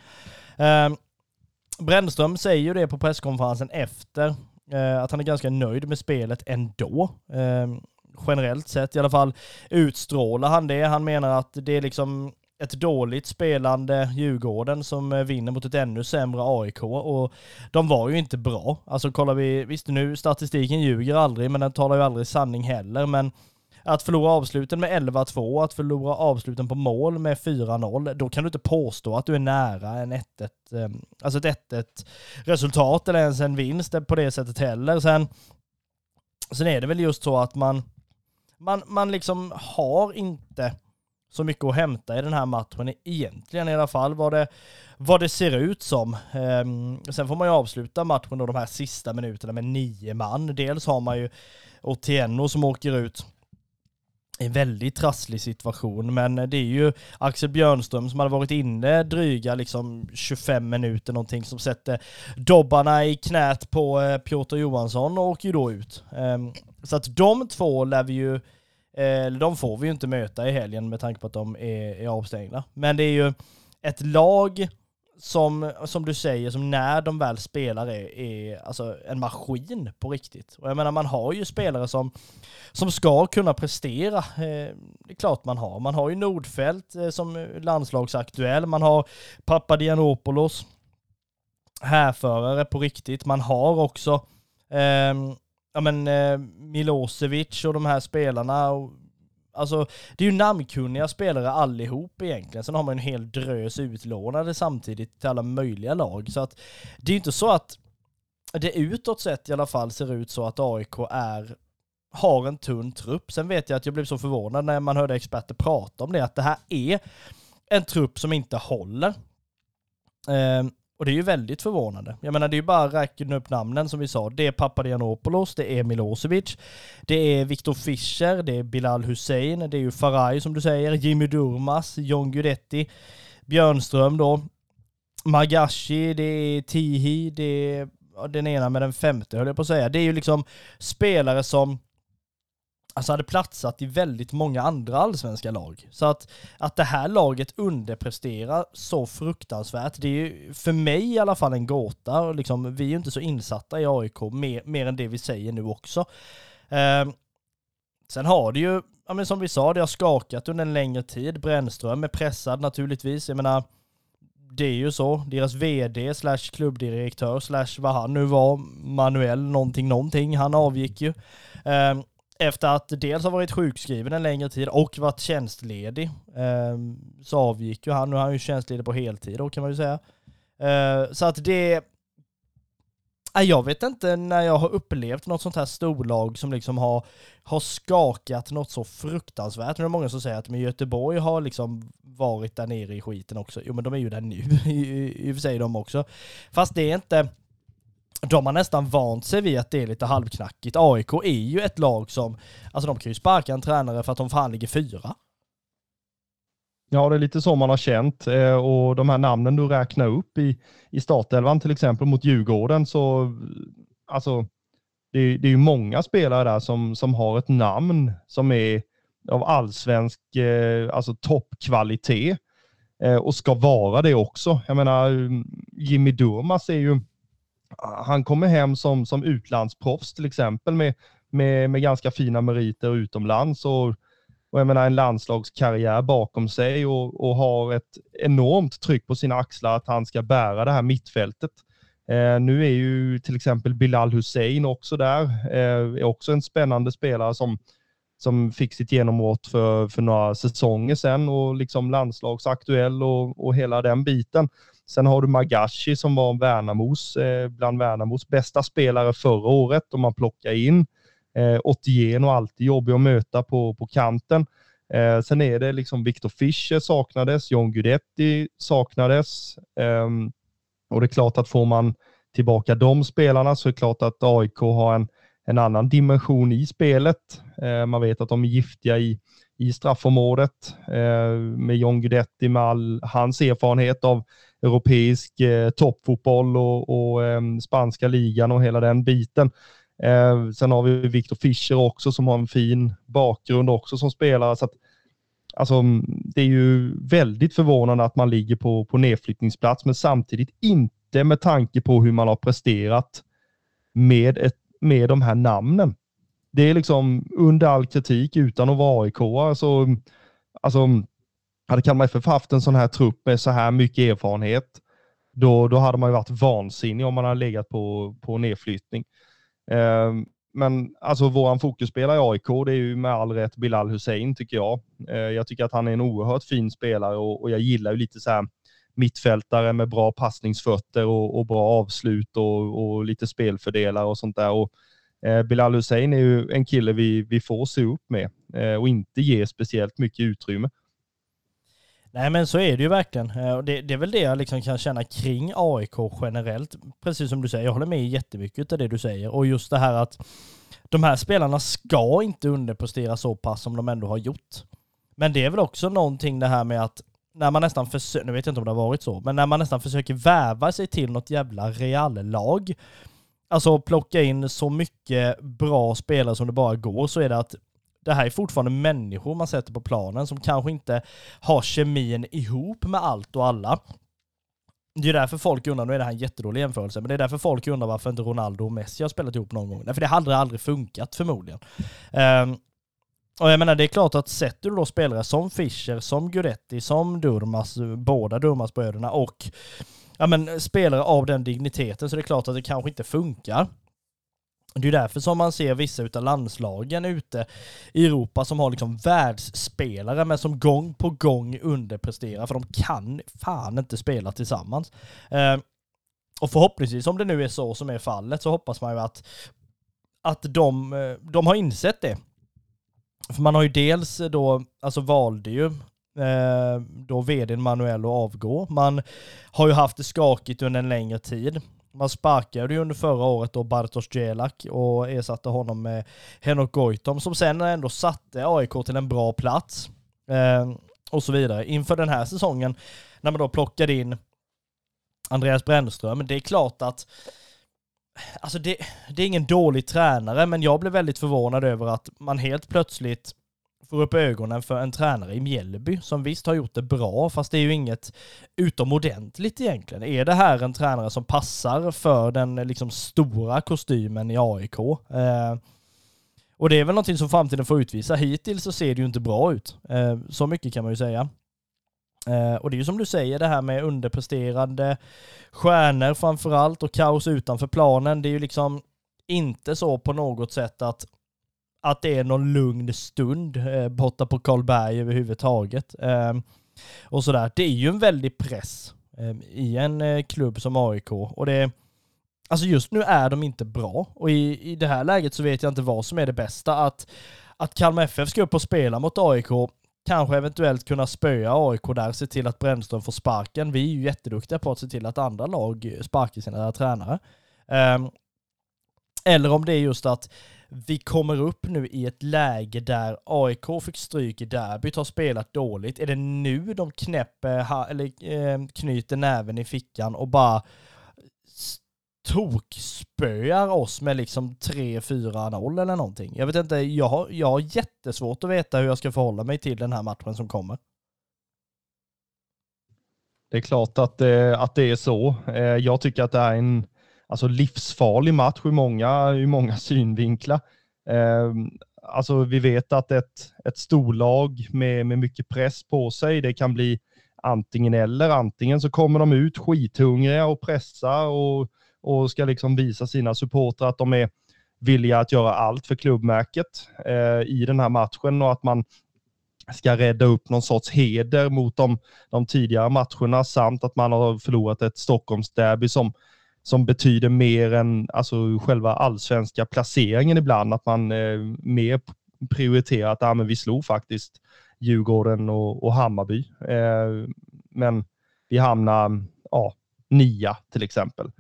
Brännström säger ju det på presskonferensen efter att han är ganska nöjd med spelet ändå. Generellt sett i alla fall utstrålar han det. Han menar att det är liksom ett dåligt spelande Djurgården som vinner mot ett ännu sämre AIK, och de var ju inte bra. Alltså kollar vi, visst nu statistiken ljuger aldrig, men den talar ju aldrig sanning heller, men att förlora avsluten med 11-2, att förlora avsluten på mål med 4-0, då kan du inte påstå att du är nära en 1-1, alltså ett 1-1 resultat eller ens en vinst på det sättet heller. Sen är det väl just så att man liksom har inte så mycket att hämta i den här matchen egentligen, i alla fall vad det ser ut som. Sen får man ju avsluta matchen då de här sista minuterna med 9 man. Dels har man ju Otieno som åker ut i en väldigt trasslig situation, men det är ju Axel Björnström som hade varit inne dryga liksom 25 minuter någonting, som sätter dobbarna i knät på Piotr Johansson och åker ju då ut. Så att de två de får vi ju inte möta i helgen med tanke på att de är avstängda. Men det är ju ett lag som du säger, som när de väl spelar är alltså en maskin på riktigt. Och jag menar, man har ju spelare som ska kunna prestera. Det är klart man har. Man har ju Nordfeldt som landslagsaktuell. Man har Papagiannopoulos, härförare på riktigt. Man har också Milosevic och de här spelarna. Alltså, det är ju namnkunniga spelare allihop egentligen. Sen har man en hel drös utlånade samtidigt till alla möjliga lag. Så att det är ju inte så att det utåt sett i alla fall ser ut så att AIK har en tunn trupp. Sen vet jag att jag blev så förvånad när man hörde experter prata om det, att det här är en trupp som inte håller. Och det är ju väldigt förvånande. Jag menar, det är ju bara att räkna upp namnen som vi sa. Det är Papagiannopoulos, det är Milosevic, det är Viktor Fischer, det är Bilal Hussein, det är ju Faraj som du säger, Jimmy Durmaz, John Guidetti, Björnström då, Magashi, det är Tihi, det är den ena med den femte höll jag på att säga. Det är ju liksom spelare som alltså hade platsat i väldigt många andra allsvenska lag. Så att det här laget underpresterar så fruktansvärt, det är ju för mig i alla fall en gåta. Och liksom, vi är ju inte så insatta i AIK mer än det vi säger nu också. Sen har det ju, ja men som vi sa, det har skakat under en längre tid. Brännström är pressad naturligtvis. Jag menar, det är ju så. Deras vd / klubbdirektör / vad han nu var, Manuel någonting, han avgick ju. Efter att dels har varit sjukskriven en längre tid och varit tjänstledig så avgick ju han. Nu är han ju tjänstledig på heltid då, kan man ju säga. Så att det... Jag vet inte när jag har upplevt något sånt här storlag som liksom har skakat något så fruktansvärt. Nu är det många som säger att men Göteborg har liksom varit där nere i skiten också. Jo, men de är ju där nu i och för sig de också. Fast det är inte... De har nästan vant sig vid att det är lite halvknackigt. AIK är ju ett lag som... Alltså de kan ju sparka en tränare för att de fan ligger 4. Ja, det är lite så man har känt. Och de här namnen du räknar upp i startelvan till exempel mot Djurgården, så alltså det är ju många spelare där som har ett namn som är av allsvensk alltså toppkvalitet och ska vara det också. Jag menar, Jimmy Durmaz är ju... Han kommer hem som utlandsproffs till exempel med ganska fina meriter utomlands och jag menar en landslagskarriär bakom sig och har ett enormt tryck på sina axlar att han ska bära det här mittfältet. Nu är ju till exempel Bilal Hussein också där. Är också en spännande spelare som fick sitt genombrott för några säsonger sedan och liksom landslagsaktuell och hela den biten. Sen har du Magashi som var bland Värnamos bästa spelare förra året och man plockar in Ottien och alltid jobbig att möta på kanten. Sen är det liksom Viktor Fischer saknades, John Guidetti saknades och det är klart att får man tillbaka de spelarna så är det klart att AIK har en annan dimension i spelet. Man vet att de är giftiga i straffområdet med John Guidetti med all hans erfarenhet av europeisk toppfotboll och spanska ligan och hela den biten. Sen har vi Viktor Fischer också som har en fin bakgrund också som spelare. Så att, alltså, det är ju väldigt förvånande att man ligger på nedflyttningsplats men samtidigt inte med tanke på hur man har presterat med de här namnen. Det är liksom under all kritik utan att vara AIK. Alltså hade Kalmar FF haft en sån här trupp med så här mycket erfarenhet, då hade man ju varit vansinnig om man hade legat på nedflyttning. Men alltså våran fokusspelare i AIK, det är ju med all rätt Bilal Hussein tycker jag. Jag tycker att han är en oerhört fin spelare och jag gillar ju lite så här mittfältare med bra passningsfötter och bra avslut och lite spelfördelare och sånt där. Och Bilal Hussein är ju en kille vi får se upp med och inte ge speciellt mycket utrymme. Nej men så är det ju verkligen. Det är väl det jag liksom kan känna kring AIK generellt. Precis som du säger, jag håller med jättemycket av det du säger. Och just det här att de här spelarna ska inte underprestera så pass som de ändå har gjort. Men det är väl också någonting det här med att när man nästan försöker, nu vet jag inte om det har varit så, men när man nästan försöker väva sig till något jävla reallag, alltså plocka in så mycket bra spelare som det bara går, så är det att det här är fortfarande människor man sätter på planen som kanske inte har kemin ihop med allt och alla. Det är därför folk undrar, nu är det här en jättedålig jämförelse, men det är därför folk undrar varför inte Ronaldo och Messi har spelat ihop någon gång. Därför det hade aldrig funkat förmodligen. Och jag menar, det är klart att sätter du då spelare som Fischer, som Guidetti, som Durmaz, båda Durmaz-bröderna och ja, men spelare av den digniteten, så det är klart att det kanske inte funkar. Det är därför som man ser vissa utav landslagen ute i Europa som har liksom världsspelare men som gång på gång underpresterar, för de kan fan inte spela tillsammans. Och förhoppningsvis, om det nu är så som är fallet, så hoppas man ju att de har insett det. För man har ju dels då, alltså valde ju då vdn Manuello avgår. Man har ju haft det skakigt under en längre tid. Man sparkade ju under förra året då Bartosz Jelak och ersatte honom med Henok Goitom som sen ändå satte AIK till en bra plats och så vidare. Inför den här säsongen när man då plockade in Andreas Brännström, men det är klart att alltså det är ingen dålig tränare, men jag blev väldigt förvånad över att man helt plötsligt får upp ögonen för en tränare i Mjällby som visst har gjort det bra, fast det är ju inget utomordentligt egentligen. Är det här en tränare som passar för den liksom stora kostymen i AIK? Och det är väl någonting som framtiden får utvisa. Hittills så ser det ju inte bra ut. Så mycket kan man ju säga. Och det är ju som du säger, det här med underpresterande stjärnor framförallt och kaos utanför planen. Det är ju liksom inte så på något sätt att det är någon lugn stund borta på Karlberg överhuvudtaget. Och sådär. Det är ju en väldig press i en klubb som AIK. Och det, alltså just nu är de inte bra. Och i det här läget så vet jag inte vad som är det bästa. Att Kalmar FF ska upp och spela mot AIK, kanske eventuellt kunna spöa AIK där, se till att Brännström får sparken. Vi är ju jätteduktiga på att se till att andra lag sparkar sina tränare. Eller om det är just att vi kommer upp nu i ett läge där AIK fick stryk i derbyt, har spelat dåligt. Är det nu de knyter näven i fickan och bara tokspöar oss med liksom 3-4-0 eller någonting? Jag vet inte, jag har jättesvårt att veta hur jag ska förhålla mig till den här matchen som kommer. Det är klart att det är så. Jag tycker att det är en livsfarlig match i många synvinklar. Alltså vi vet att ett storlag med mycket press på sig, det kan bli antingen eller. Antingen så kommer de ut skithungriga och pressa och ska liksom visa sina supportrar att de är villiga att göra allt för klubbmärket i den här matchen, och att man ska rädda upp någon sorts heder mot de tidigare matcherna, samt att man har förlorat ett Stockholmsderby som betyder mer än alltså själva allsvenska placeringen ibland, att man mer prioriterar att men vi slog faktiskt Djurgården och Hammarby, men vi hamnar 9 till exempel.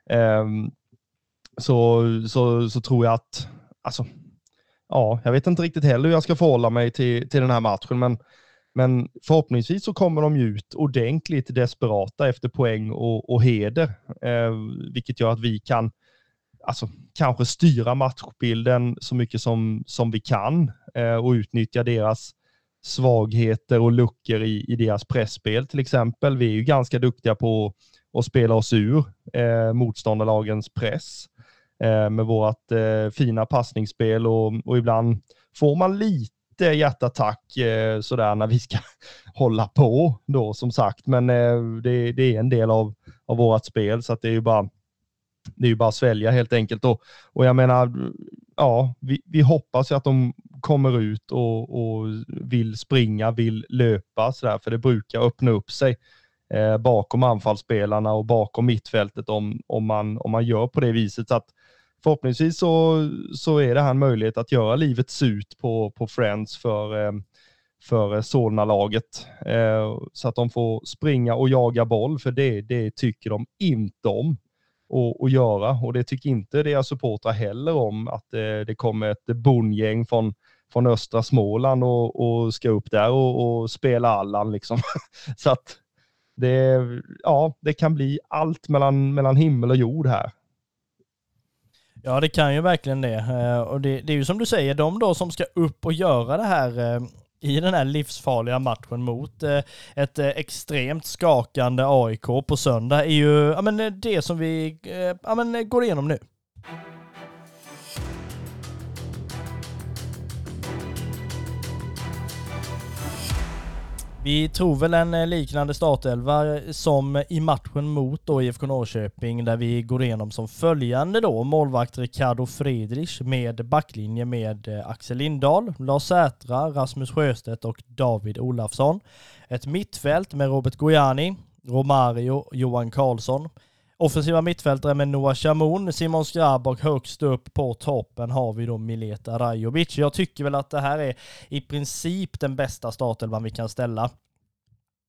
Så tror jag att jag vet inte riktigt heller hur jag ska förhålla mig till den här matchen, men förhoppningsvis så kommer de ut ordentligt desperata efter poäng och heder, vilket gör att vi kan kanske styra matchbilden så mycket som vi kan och utnyttja deras svagheter och luckor i deras pressspel till exempel. Vi är ju ganska duktiga på att spela oss ur motståndarlagens press med vårt fina passningsspel, och ibland får man lite hjärtattack sådär när vi ska hålla på då, som sagt, men det är en del av vårt spel, så att det är ju bara att svälja helt enkelt, och jag menar vi hoppas ju att de kommer ut och vill springa, vill löpa sådär, för det brukar öppna upp sig bakom anfallsspelarna och bakom mittfältet om man gör på det viset. Så att förhoppningsvis så är det här en möjlighet att göra livet surt på Friends för Solna-laget, så att de får springa och jaga boll, för det tycker de inte om att göra, och det tycker inte deras supportrar heller om, att det kommer ett bondgäng från östra Småland och ska upp där och spela Allan liksom. Så att det kan bli allt mellan himmel och jord här. Ja, det kan ju verkligen det. Och det är ju som du säger, de då som ska upp och göra det här i den här livsfarliga matchen mot ett extremt skakande AIK på söndag är ju det som vi går igenom nu. Vi tror väl en liknande startelva som i matchen mot då IFK Norrköping, där vi går igenom som följande då: målvakt Ricardo Friedrich med backlinje med Axel Lindahl, Lars Sätra, Rasmus Sjöstedt och David Olafsson. Ett mittfält med Robert Gojani, Romario, Johan Karlsson. Offensiva mittfältare med Noah Chamoun, Simon Skrabb, och högst upp på toppen har vi då Mileta Rajovic. Jag tycker väl att det här är i princip den bästa startelvan vi kan ställa.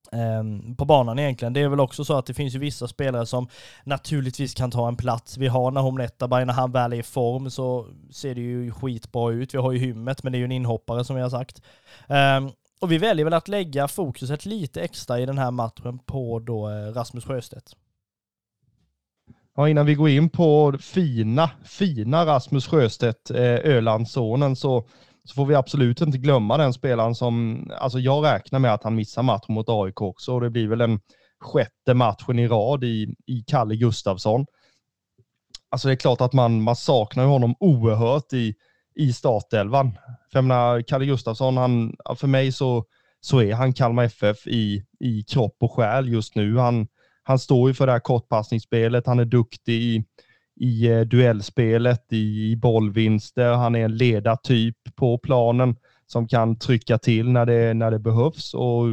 på banan egentligen. Det är väl också så att det finns ju vissa spelare som naturligtvis kan ta en plats. Vi har Nahom Netabay, när han väl är i form så ser det ju skitbra ut. Vi har ju Hymmet, men det är ju en inhoppare som vi har sagt. Och vi väljer väl att lägga fokuset lite extra i den här matchen på då Rasmus Sjöstedt. Ja, innan vi går in på fina Rasmus Sjöstedt, Ölandssonen, så får vi absolut inte glömma den spelaren som, alltså jag räknar med att han missar matchen mot AIK också, och det blir väl den 6:e matchen i rad i Kalle Gustafsson. Alltså det är klart att man saknar honom oerhört i startelvan. För jag menar, Kalle Gustafsson, för mig så är han Kalmar FF i kropp och själ just nu. Han står ju för det här kortpassningsspelet, han är duktig i duellspelet, i bollvinster, han är en ledartyp på planen som kan trycka till när det behövs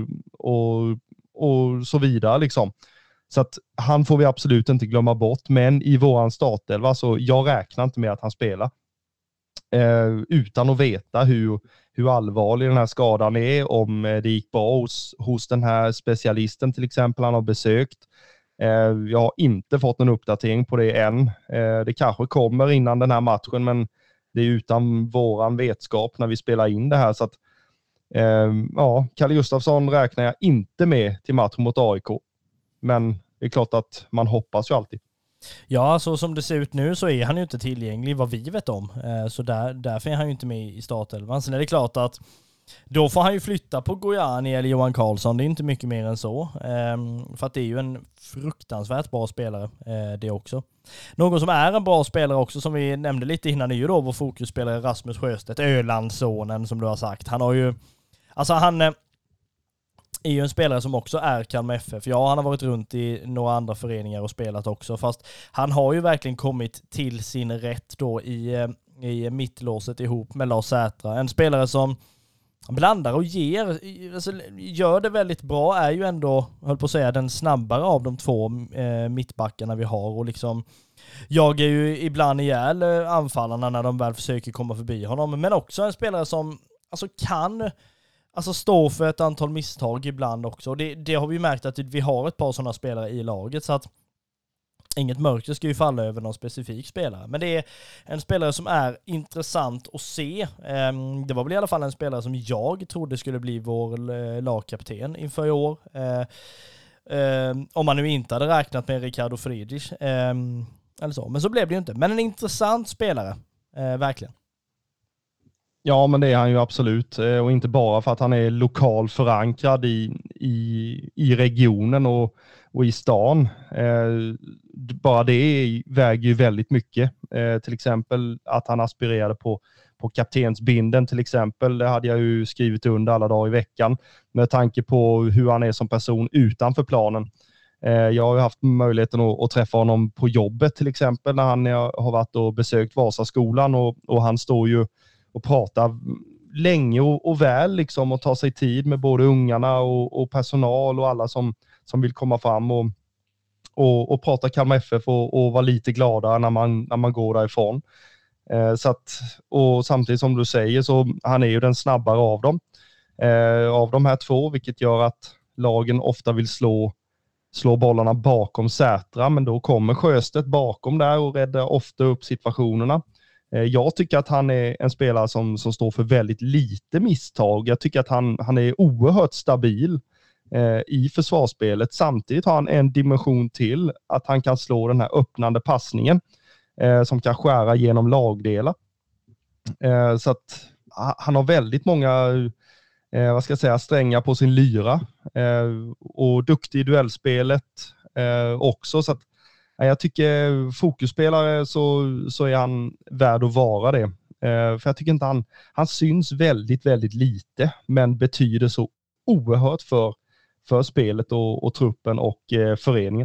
och så vidare liksom. Så att han får vi absolut inte glömma bort, men i våran startelva så jag räknar inte med att han spelar. Utan att veta hur allvarlig den här skadan är, om det gick bra hos den här specialisten till exempel han har besökt. Jag har inte fått en uppdatering på det än. Det kanske kommer innan den här matchen, men det är utan våran vetskap när vi spelar in det här. Så att, Kalle Gustafsson räknar jag inte med till matchen mot AIK. Men det är klart att man hoppas ju alltid. Ja, så som det ser ut nu så är han ju inte tillgänglig vad vi vet om. Så därför är han ju inte med i startelvan. Sen är det klart att då får han ju flytta på Gojani eller Johan Karlsson. Det är inte mycket mer än så. För att det är ju en fruktansvärt bra spelare det också. Någon som är en bra spelare också, som vi nämnde lite innan, är ju då vår fokusspelare Rasmus Sjöstedt, Ölandssonen som du har sagt. Han har ju, alltså han är ju en spelare som också är Kalmar FF. Ja, han har varit runt i några andra föreningar och spelat också, fast han har ju verkligen kommit till sin rätt då i mittlåset ihop med Lars Sätra. En spelare som blandar och gör det väldigt bra, är ju ändå, höll på att säga, den snabbare av de två mittbackarna vi har, och liksom jagar ju ibland ihjäl anfallarna när de väl försöker komma förbi honom, men också en spelare som kan stå för ett antal misstag ibland också, och det har vi märkt att vi har ett par sådana spelare i laget, så att inget mörker ska ju falla över någon specifik spelare. Men det är en spelare som är intressant att se. Det var väl i alla fall en spelare som jag trodde skulle bli vår lagkapten inför i år. Om man nu inte hade räknat med Ricardo Friedrich. Eller så. Men så blev det ju inte. Men en intressant spelare. Verkligen. Ja, men det är han ju absolut. Och inte bara för att han är lokal förankrad i regionen och i stan. Bara det väger ju väldigt mycket. Till exempel att han aspirerade på kaptensbinden till exempel. Det hade jag ju skrivit under alla dagar i veckan. Med tanke på hur han är som person utanför planen. Jag har ju haft möjligheten att träffa honom på jobbet till exempel. När han har varit och besökt Vasaskolan. Och han står ju och pratar länge och väl liksom, och tar sig tid med både ungarna och personal och alla som vill komma fram och prata Kalmar FF och vara lite gladare när man går därifrån. Så att, och samtidigt som du säger så han är ju den snabbare av dem. Av de här två, vilket gör att lagen ofta vill slå bollarna bakom Sätra, men då kommer Sjöstedt bakom där och räddar ofta upp situationerna. Jag tycker att han är en spelare som står för väldigt lite misstag. Jag tycker att han är oerhört stabil i försvarsspelet. Samtidigt har han en dimension till, att han kan slå den här öppnande passningen som kan skära genom lagdelar. Så att han har väldigt många strängar på sin lyra och duktig i duellspelet också. Så att jag tycker fokusspelare så är han värd att vara det. För jag tycker inte han syns väldigt, väldigt lite, men betyder så oerhört för spelet och truppen och föreningen.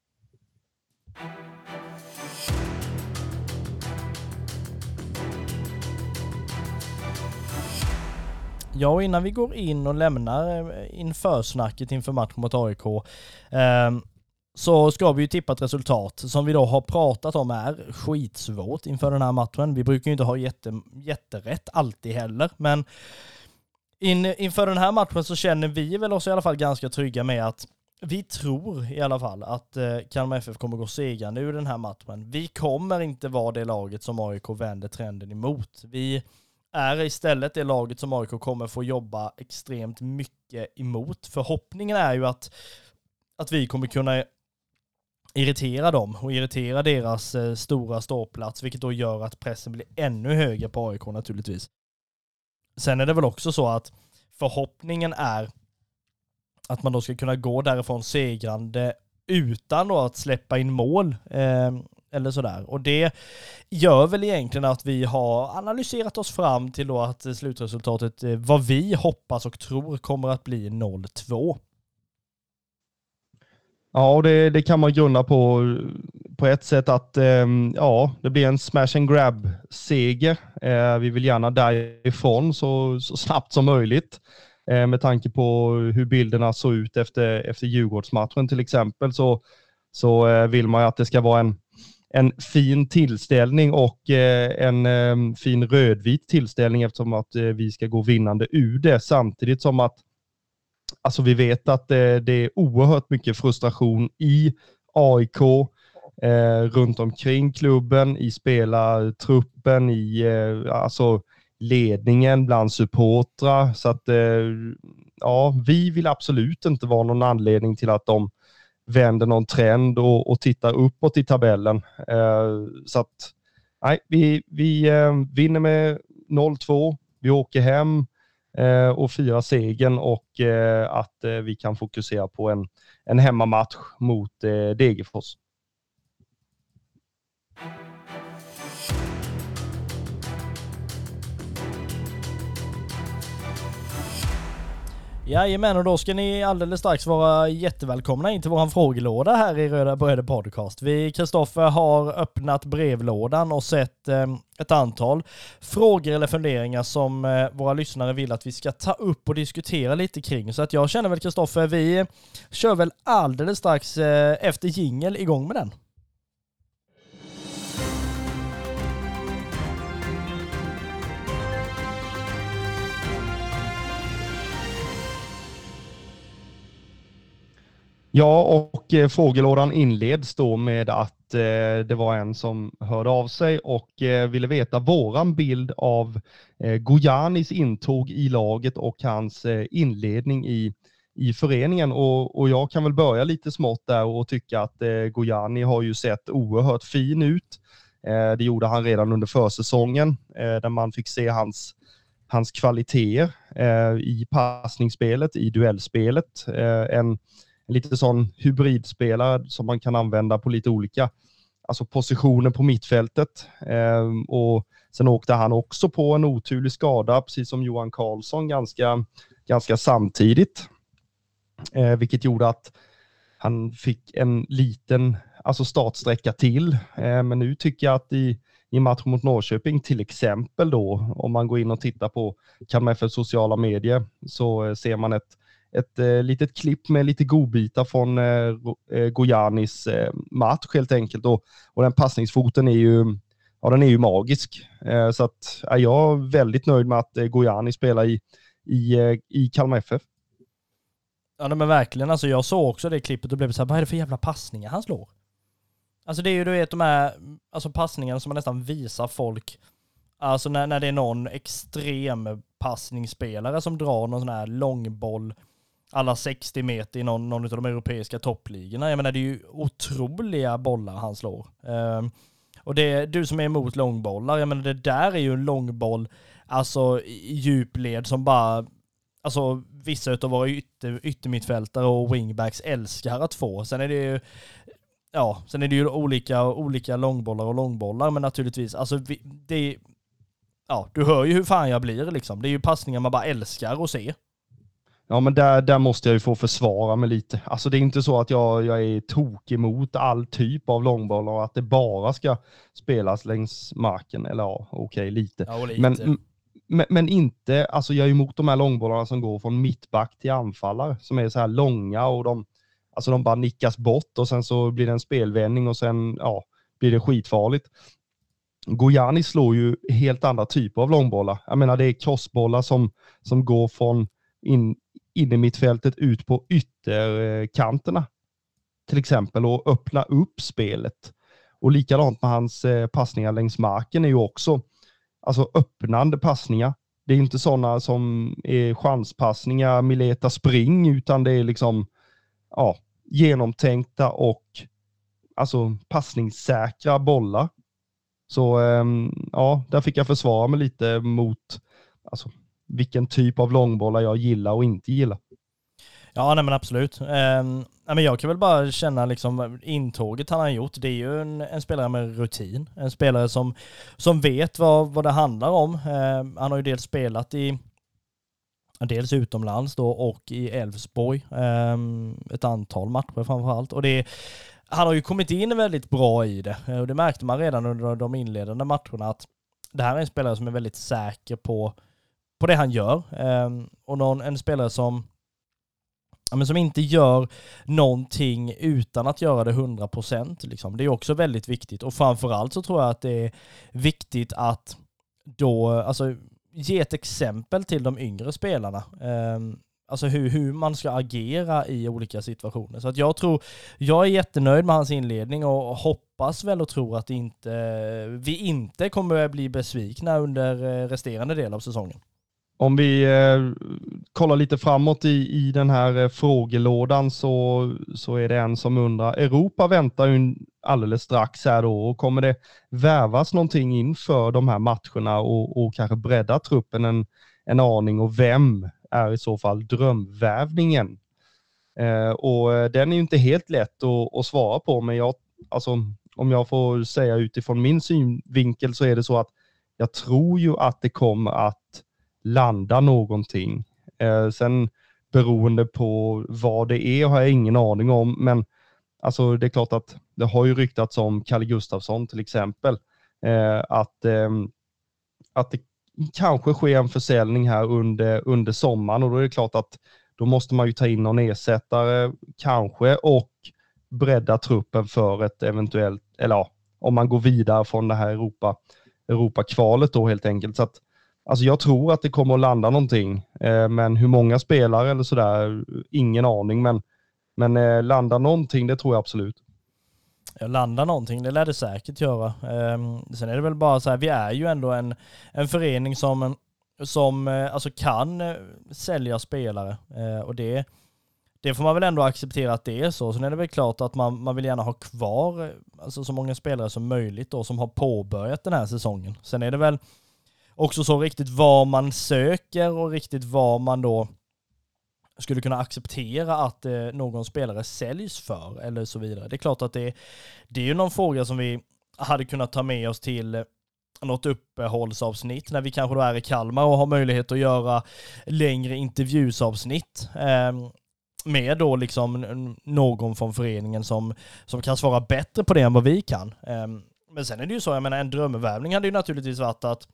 Ja, och innan vi går in och lämnar införsnacket inför matchen mot AIK så ska vi ju tippa ett resultat som vi då har pratat om är skitsvårt inför den här matchen. Vi brukar ju inte ha jätterätt alltid heller, men Inför den här matchen så känner vi väl oss i alla fall ganska trygga med att vi tror i alla fall att Kalmar FF kommer gå segrande ur den här matchen. Vi kommer inte vara det laget som AIK vänder trenden emot. Vi är istället det laget som AIK kommer få jobba extremt mycket emot. Förhoppningen är ju att vi kommer kunna irritera dem och irritera deras stora ståplats, vilket då gör att pressen blir ännu högre på AIK naturligtvis. Sen är det väl också så att förhoppningen är att man då ska kunna gå därifrån segrande utan då att släppa in mål eller sådär. Och det gör väl egentligen att vi har analyserat oss fram till då att slutresultatet, vad vi hoppas och tror, kommer att bli 0-2. Ja, och det kan man grunna på ett sätt att det blir en smash and grab seger. Vi vill gärna därifrån så snabbt som möjligt. Med tanke på hur bilderna såg ut efter Djurgårdsmatchen till exempel, så vill man ju att det ska vara en fin tillställning och en fin rödvit tillställning, eftersom att vi ska gå vinnande ur det, samtidigt som att alltså vi vet att det är oerhört mycket frustration i AIK, runt omkring klubben, i spelartruppen, i ledningen, bland supportrar. Så att vi vill absolut inte vara någon anledning till att de vänder någon trend och tittar uppåt i tabellen. Så att nej, vi vinner med 0-2. Vi åker hem och firar segern, och att vi kan fokusera på en hemmamatch mot Degerfors. Jajamän, och då ska ni alldeles strax vara jättevälkomna in till våran frågelåda här i Röda Bröder Podcast. Kristoffer har öppnat brevlådan och sett ett antal frågor eller funderingar som våra lyssnare vill att vi ska ta upp och diskutera lite kring. Så att jag känner väl, Kristoffer, vi kör väl alldeles strax efter jingle igång med den. Ja, och frågelådan inleds då med att det var en som hörde av sig och ville veta våran bild av Gojanis intåg i laget och hans inledning i föreningen. Och jag kan väl börja lite smått där och tycka att Gojani har ju sett oerhört fin ut. Det gjorde han redan under försäsongen, där man fick se hans kvaliteter i passningsspelet, i duellspelet. En lite sån hybridspelare som man kan använda på lite olika positioner på mittfältet. Och sen åkte han också på en oturlig skada, precis som Johan Karlsson, ganska samtidigt. Vilket gjorde att han fick en liten startsträcka till. Men nu tycker jag att i matchen mot Norrköping till exempel då, om man går in och tittar på Kalmar FF sociala medier, så ser man ett litet klipp med lite godbitar från Gojanis match helt enkelt. Och den passningsfoten är ju magisk. Så att jag är väldigt nöjd med att Gojani spelar i Kalmar FF. Ja, men verkligen. Alltså jag såg också det klippet och blev så här, vad är det för jävla passningar han slår? Alltså det är ju, du vet, de här passningarna som man nästan visar folk. Alltså när det är någon extrem passningsspelare som drar någon sån här långboll alla 60 meter i någon av de europeiska toppligorna. Jag menar, det är ju otroliga bollar han slår. Och det är du som är emot långbollar. Jag menar, det där är ju en långboll, alltså i djupled, som bara, alltså vissa utav våra yttermittfältare och wingbacks älskar att få. Sen är det ju olika långbollar, men naturligtvis, alltså du hör ju hur fan jag blir liksom. Det är ju passningar man bara älskar att se. Ja, men där måste jag ju få försvara mig lite. Alltså det är inte så att jag är tok emot all typ av långbollar och att det bara ska spelas längs marken. Eller okej, lite. Ja, lite. Men inte, alltså jag är emot de här långbollarna som går från mittback till anfallare, som är så här långa och de bara nickas bort och sen så blir det en spelvändning och sen blir det skitfarligt. Gojani slår ju helt andra typer av långbollar. Jag menar, det är crossbollar som går från in i mittfältet ut på ytterkanterna till exempel och öppna upp spelet. Och likadant med hans passningar längs marken är ju också alltså öppnande passningar. Det är inte sådana som är chanspassningar, Mileta spring, utan det är liksom genomtänkta och alltså passningssäkra bollar. Så där fick jag försvara mig lite mot alltså, vilken typ av långbollar jag gillar och inte gillar. Ja, nej men absolut. Men jag kan väl bara känna liksom intåget han har gjort. Det är ju en spelare med rutin. En spelare som vet vad det handlar om. Han har ju dels spelat dels utomlands då och i Elfsborg. Ett antal matcher framförallt. Och han har ju kommit in väldigt bra i det. Och det märkte man redan under de inledande matcherna att det här är en spelare som är väldigt säker på det han gör. Och en spelare som inte gör någonting utan att göra det 100%. Liksom. Det är också väldigt viktigt. Och framförallt så tror jag att det är viktigt att då ge ett exempel till de yngre spelarna. Alltså hur man ska agera i olika situationer. Så att jag är jättenöjd med hans inledning och hoppas väl och tror att vi inte kommer att bli besvikna under resterande del av säsongen. Om vi kollar lite framåt i den här frågelådan så är det en som undrar, Europa väntar ju alldeles strax här då, och kommer det värvas någonting inför de här matcherna och kanske bredda truppen en aning, och vem är i så fall drömvärvningen? Och den är ju inte helt lätt att svara på, men om jag får säga utifrån min synvinkel så är det så att jag tror ju att det kommer att landa någonting. Sen beroende på vad det är har jag ingen aning om, men alltså det är klart att det har ju ryktats om Kalle Gustafsson till exempel, att det kanske sker en försäljning här under sommaren, och då är det klart att då måste man ju ta in någon ersättare kanske och bredda truppen för ett eventuellt, eller om man går vidare från det här Europa-kvalet då helt enkelt. Så att alltså jag tror att det kommer att landa någonting, men hur många spelare eller sådär, ingen aning, men landa någonting, det tror jag absolut. Landa någonting, det lär det säkert göra. Sen är det väl bara så här, vi är ju ändå en förening som alltså kan sälja spelare, och det får man väl ändå acceptera att det är så. Sen är det väl klart att man vill gärna ha kvar alltså så många spelare som möjligt då, som har påbörjat den här säsongen. Sen är det väl också så riktigt vad man söker och riktigt vad man då skulle kunna acceptera att någon spelare säljs för eller så vidare. Det är klart att det är ju någon fråga som vi hade kunnat ta med oss till något uppehållsavsnitt när vi kanske då är i Kalmar och har möjlighet att göra längre intervjusavsnitt med då liksom någon från föreningen som kan svara bättre på det än vad vi kan. Men sen är det ju så, jag menar, en drömvärvning hade ju naturligtvis varit att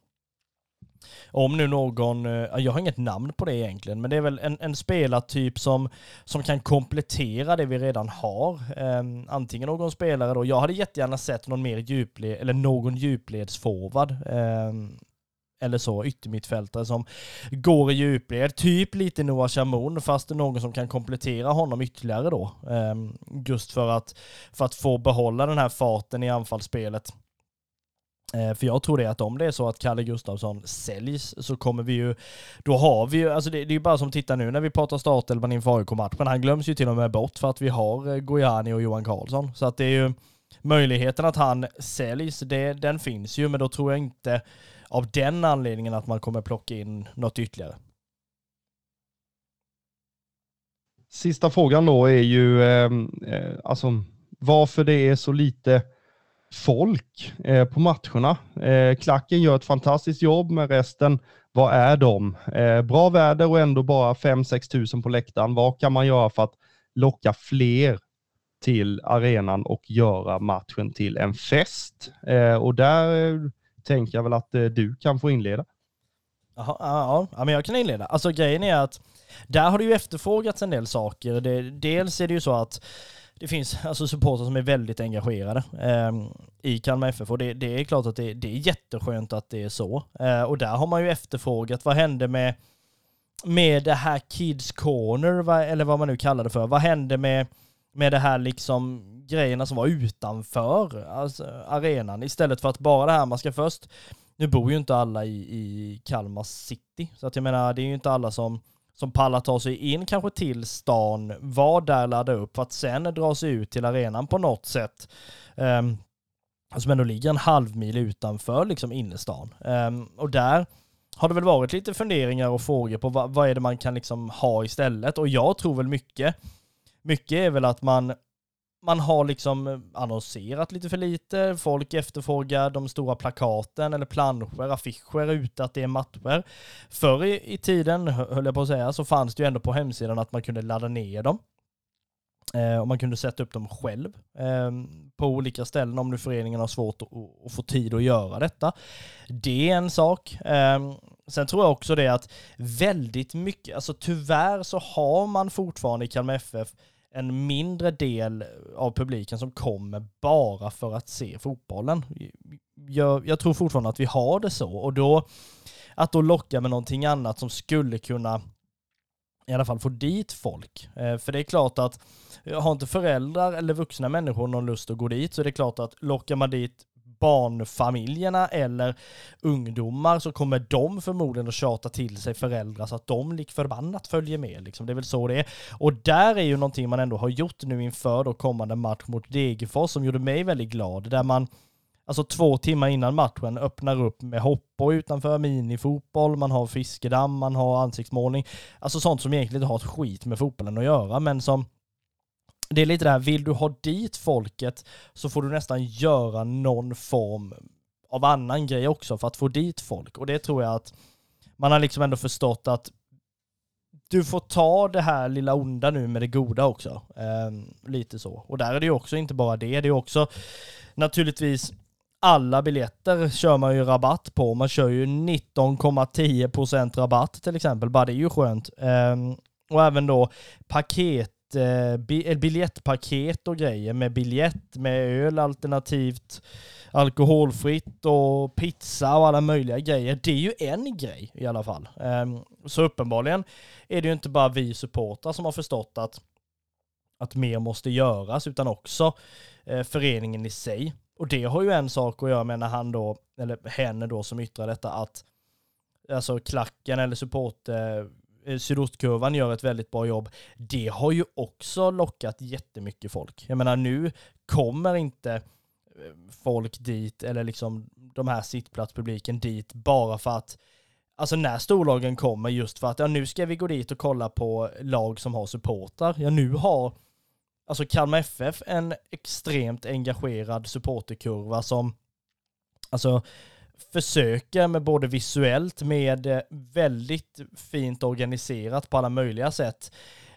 om nu någon, jag har inget namn på det egentligen, men det är väl en spelartyp som kan komplettera det vi redan har. Antingen någon spelare då, jag hade jättegärna sett någon mer djupled, eller någon djupledsforward, eller så, yttermittfältare som går i djupled, typ lite Noah Chamoun, fast det är någon som kan komplettera honom ytterligare då. Just för att få behålla den här farten i anfallsspelet. För jag tror det att om det är så att Kalle Gustafsson säljs så kommer vi ju, då har vi ju, alltså det är ju bara som titta nu när vi pratar startelvan inför AIK-matchen, han glöms ju till och med bort för att vi har Gojani och Johan Karlsson, så att det är ju möjligheten att han säljs, den finns ju, men då tror jag inte av den anledningen att man kommer plocka in något ytterligare. Sista frågan då är ju alltså varför det är så lite folk på matcherna. Klacken gör ett fantastiskt jobb, med resten, vad är de? Bra väder och ändå bara 5-6 tusen på läktaren. Vad kan man göra för att locka fler till arenan och göra matchen till en fest? Och där tänker jag väl att du kan få inleda. Ja, men jag kan inleda. Alltså grejen är att där har det ju efterfrågats en del saker. Dels är det ju så att det finns alltså supportrar som är väldigt engagerade i Kalmar FF, och det är klart att det är jätteskönt att det är så. Och där har man ju efterfrågat, vad hände med det här Kids Corner, eller vad man nu kallar det för. Vad hände med det här liksom grejerna som var utanför alltså arenan, istället för att bara det här, man ska först, nu bor ju inte alla i Kalmar city, så att jag menar, det är ju inte alla som pallar ta sig in kanske till stan, var där, ladda upp, för att sen dra sig ut till arenan på något sätt. Som ändå ligger en halvmil utanför liksom innerstan. Och där har det väl varit lite funderingar och frågor på vad är det man kan liksom ha istället. Och jag tror väl mycket är väl att man har liksom annonserat lite för lite. Folk efterfrågar de stora plakaten eller planscher, affischer ute att det är matcher. Förr i tiden, höll jag på att säga, så fanns det ju ändå på hemsidan att man kunde ladda ner dem. Och man kunde sätta upp dem själv på olika ställen om nu föreningen har svårt att få tid att göra detta. Det är en sak. Sen tror jag också det att väldigt mycket, alltså tyvärr så har man fortfarande i Kalmar FF en mindre del av publiken som kommer bara för att se fotbollen. Jag tror fortfarande att vi har det så, och då att då locka med någonting annat som skulle kunna i alla fall få dit folk. För det är klart att har inte föräldrar eller vuxna människor någon lust att gå dit, så är det klart att lockar man dit barnfamiljerna eller ungdomar, så kommer de förmodligen att tjata till sig föräldrar så att de lik förbannat följer med. Liksom. Det är väl så det är. Och där är ju någonting man ändå har gjort nu inför då kommande match mot Degerfors, som gjorde mig väldigt glad. Där man alltså 2 timmar innan matchen öppnar upp med hoppor utanför, minifotboll, man har fiskedamm, man har ansiktsmålning. Alltså sånt som egentligen inte har ett skit med fotbollen att göra, men som det är lite där, vill du ha dit folket så får du nästan göra någon form av annan grej också för att få dit folk. Och det tror jag att man har liksom ändå förstått, att du får ta det här lilla onda nu med det goda också. Lite så. Och där är det ju också inte bara det. Det är också naturligtvis alla biljetter kör man ju rabatt på. Man kör ju 19,10% rabatt till exempel. Bara det är ju skönt. Och även då biljettpaket och grejer med biljett, med öl alternativt alkoholfritt och pizza och alla möjliga grejer. Det är ju en grej i alla fall. Så uppenbarligen är det ju inte bara vi supportrar som har förstått att mer måste göras, utan också föreningen i sig. Och det har ju en sak att göra med när han då, eller henne då som yttrar detta, att alltså klacken eller Sydostkurvan gör ett väldigt bra jobb. Det har ju också lockat jättemycket folk. Jag menar, nu kommer inte folk dit, eller liksom de här sittplatspubliken dit bara för att, alltså när storlagen kommer, just för att nu ska vi gå dit och kolla på lag som har supportrar. Ja, nu har alltså Kalmar FF en extremt engagerad supporterkurva som alltså försöker med både visuellt, med väldigt fint organiserat på alla möjliga sätt.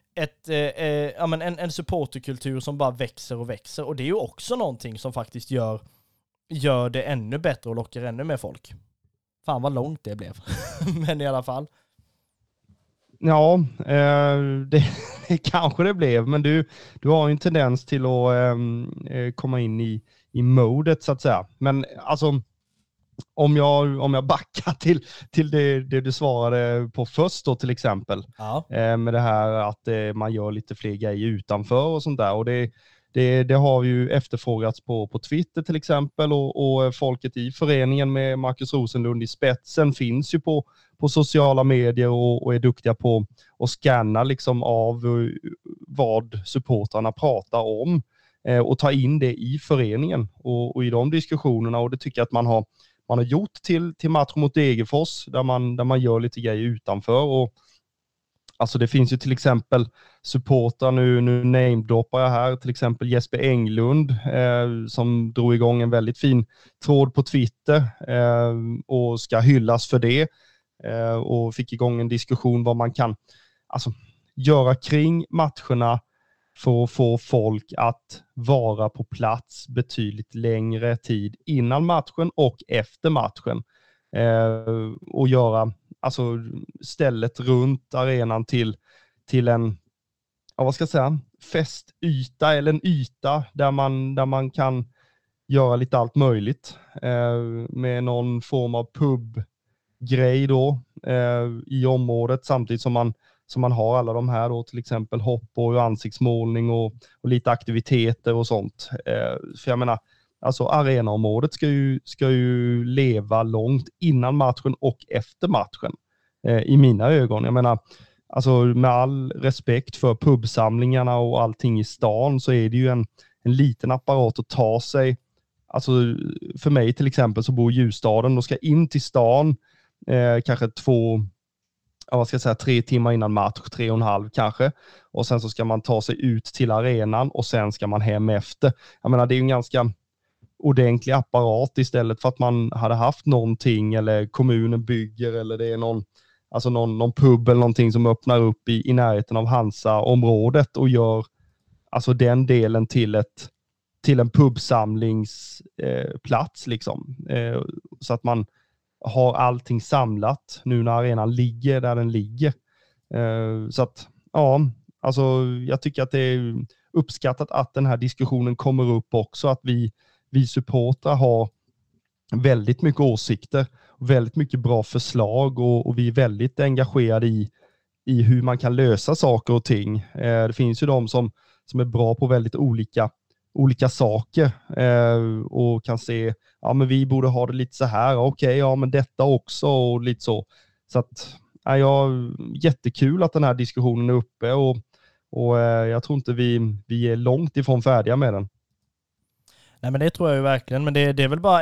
En supporterkultur som bara växer och växer. Och det är ju också någonting som faktiskt gör det ännu bättre och lockar ännu mer folk. Fan vad långt det blev. Men i alla fall. Ja, det kanske det blev. Men du har ju en tendens till att komma in i modet så att säga. Men alltså, om jag backar till det du svarade på först då till exempel. Ja. Med det här att man gör lite fler grejer utanför och sånt där. Och det har ju efterfrågats på Twitter till exempel, och folket i föreningen med Marcus Rosenlund i spetsen finns ju på sociala medier och är duktiga på att scanna liksom av vad supportrarna pratar om och ta in det i föreningen och i de diskussionerna, och det tycker jag att man har gjort till match mot Degerfors där man gör lite grejer utanför. Och alltså det finns ju till exempel supportrar, nu namedroppar jag här, till exempel Jesper Englund som drog igång en väldigt fin tråd på Twitter och ska hyllas för det, och fick igång en diskussion vad man kan alltså göra kring matcherna för att få folk att vara på plats betydligt längre tid innan matchen och efter matchen. Och göra alltså stället runt arenan till vad ska jag säga, festyta eller en yta där man kan göra lite allt möjligt med någon form av pubgrej då i området, samtidigt som man har alla de här då, till exempel hoppborg och ansiktsmålning och lite aktiviteter och sånt. För jag menar, alltså arenaområdet ska ju leva långt innan matchen och efter matchen i mina ögon. Jag menar, alltså med all respekt för pubsamlingarna och allting i stan, så är det ju en liten apparat att ta sig. Alltså för mig till exempel så bor i Ljusstaden och ska in till stan kanske 3 timmar innan match, 3,5 kanske. Och sen så ska man ta sig ut till arenan och sen ska man hem efter. Jag menar, det är ju en ganska ordentlig apparat istället för att man hade haft någonting, eller kommunen bygger, eller det är någon pub eller någonting som öppnar upp i närheten av Hansa-området och gör alltså den delen till en pubsamlingsplats liksom. Så att man har allting samlat nu när arenan ligger där den ligger. Så att ja, alltså jag tycker att det är uppskattat att den här diskussionen kommer upp också, att vi supportrar har väldigt mycket åsikter, väldigt mycket bra förslag och vi är väldigt engagerade i hur man kan lösa saker och ting. Det finns ju de som är bra på väldigt olika saker och kan se, ja men vi borde ha det lite så här, okej, ja men detta också och lite så. Så att jättekul att den här diskussionen är uppe och jag tror inte vi är långt ifrån färdiga med den. Nej, men det tror jag ju verkligen, men det är väl bara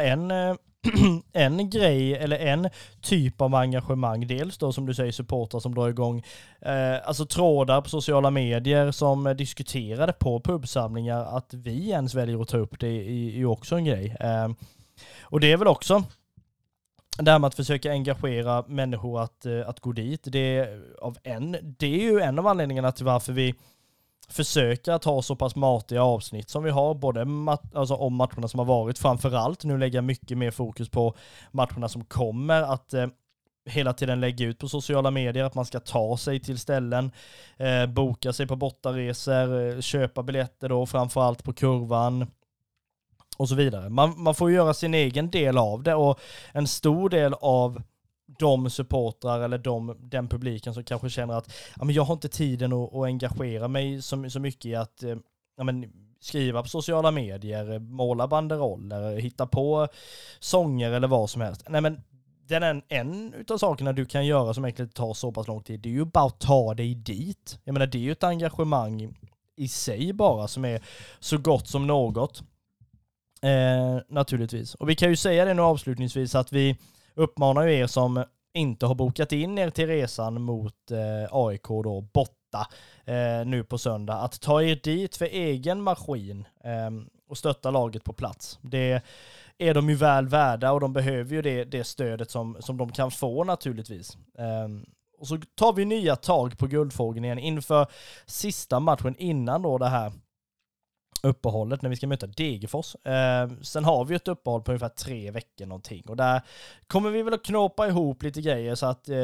en grej eller en typ av engagemang. Dels då som du säger supportrar som drar igång alltså trådar på sociala medier som diskuterade på pubsamlingar. Att vi ens väljer att ta upp det är ju också en grej. Och det är väl också det här med att försöka engagera människor att gå dit. Det är ju en av anledningarna till varför vi försöker att ha så pass matiga avsnitt som vi har, både om matcherna som har varit, framförallt nu lägga mycket mer fokus på matcherna som kommer, att hela tiden lägga ut på sociala medier att man ska ta sig till ställen, boka sig på bortaresor, köpa biljetter då framförallt på kurvan och så vidare. Man får göra sin egen del av det, och en stor del av de supportrar eller den publiken som kanske känner att ja, men jag har inte tiden att engagera mig så mycket i att ja, men skriva på sociala medier, måla banderoller, hitta på sånger eller vad som helst. Nej, men en utav sakerna du kan göra som egentligen tar så pass lång tid, det är ju bara att ta dig dit. Jag menar, det är ju ett engagemang i sig bara som är så gott som något. Naturligtvis. Och vi kan ju säga det nu avslutningsvis att vi uppmanar ju er som inte har bokat in er till resan mot AIK då borta nu på söndag att ta er dit för egen maskin och stötta laget på plats. Det är de ju väl värda och de behöver ju det stödet som de kan få naturligtvis. Och så tar vi nya tag på Guldfågeln igen inför sista matchen innan då det här uppehållet när vi ska möta Degerfors. Sen har vi ett uppehåll på ungefär 3 veckor någonting, och där kommer vi väl att knåpa ihop lite grejer så att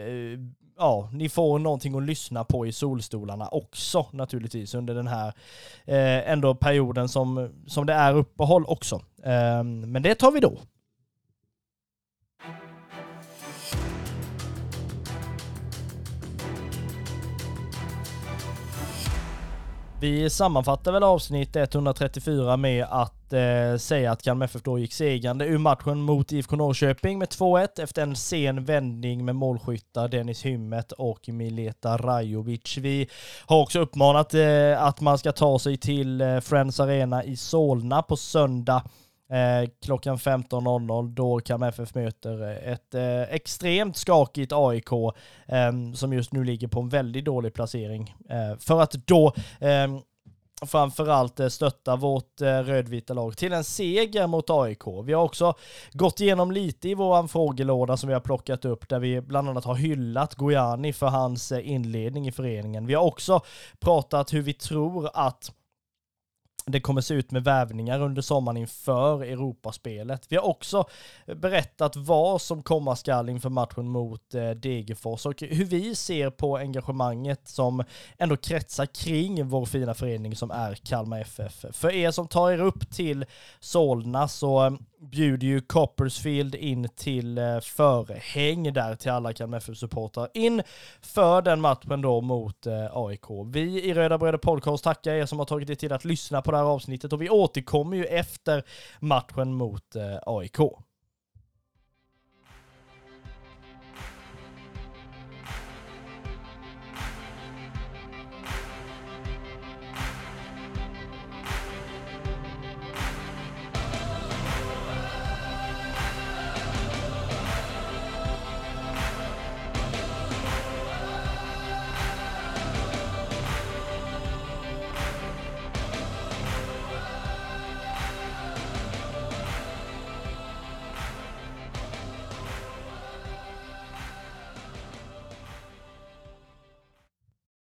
ni får någonting att lyssna på i solstolarna också naturligtvis under den här ändå perioden som det är uppehåll också. Men det tar vi då. Vi sammanfattar väl avsnitt 134 med att säga att Kalmar FF då gick segrande ur matchen mot IFK Norrköping med 2-1 efter en sen vändning med målskyttar Dennis Hymmet och Mileta Rajovic. Vi har också uppmanat att man ska ta sig till Friends Arena i Solna på söndag klockan 15.00 då Kalmar FF möter ett extremt skakigt AIK som just nu ligger på en väldigt dålig placering för att då framförallt stötta vårt rödvita lag till en seger mot AIK. Vi har också gått igenom lite i våran frågelåda som vi har plockat upp där vi bland annat har hyllat Gojani för hans inledning i föreningen. Vi har också pratat hur vi tror att det kommer se ut med värvningar under sommaren inför Europaspelet. Vi har också berättat vad som komma skall inför matchen mot Degerfors och hur vi ser på engagemanget som ändå kretsar kring vår fina förening som är Kalmar FF. För er som tar er upp till Solna så bjuder ju Coppersfield in till förhäng där till alla Kalmar FF-supportrar in för den matchen då mot AIK. Vi i Röda Bröder Podcast tackar er som har tagit er till att lyssna på det här avsnittet och vi återkommer ju efter matchen mot AIK.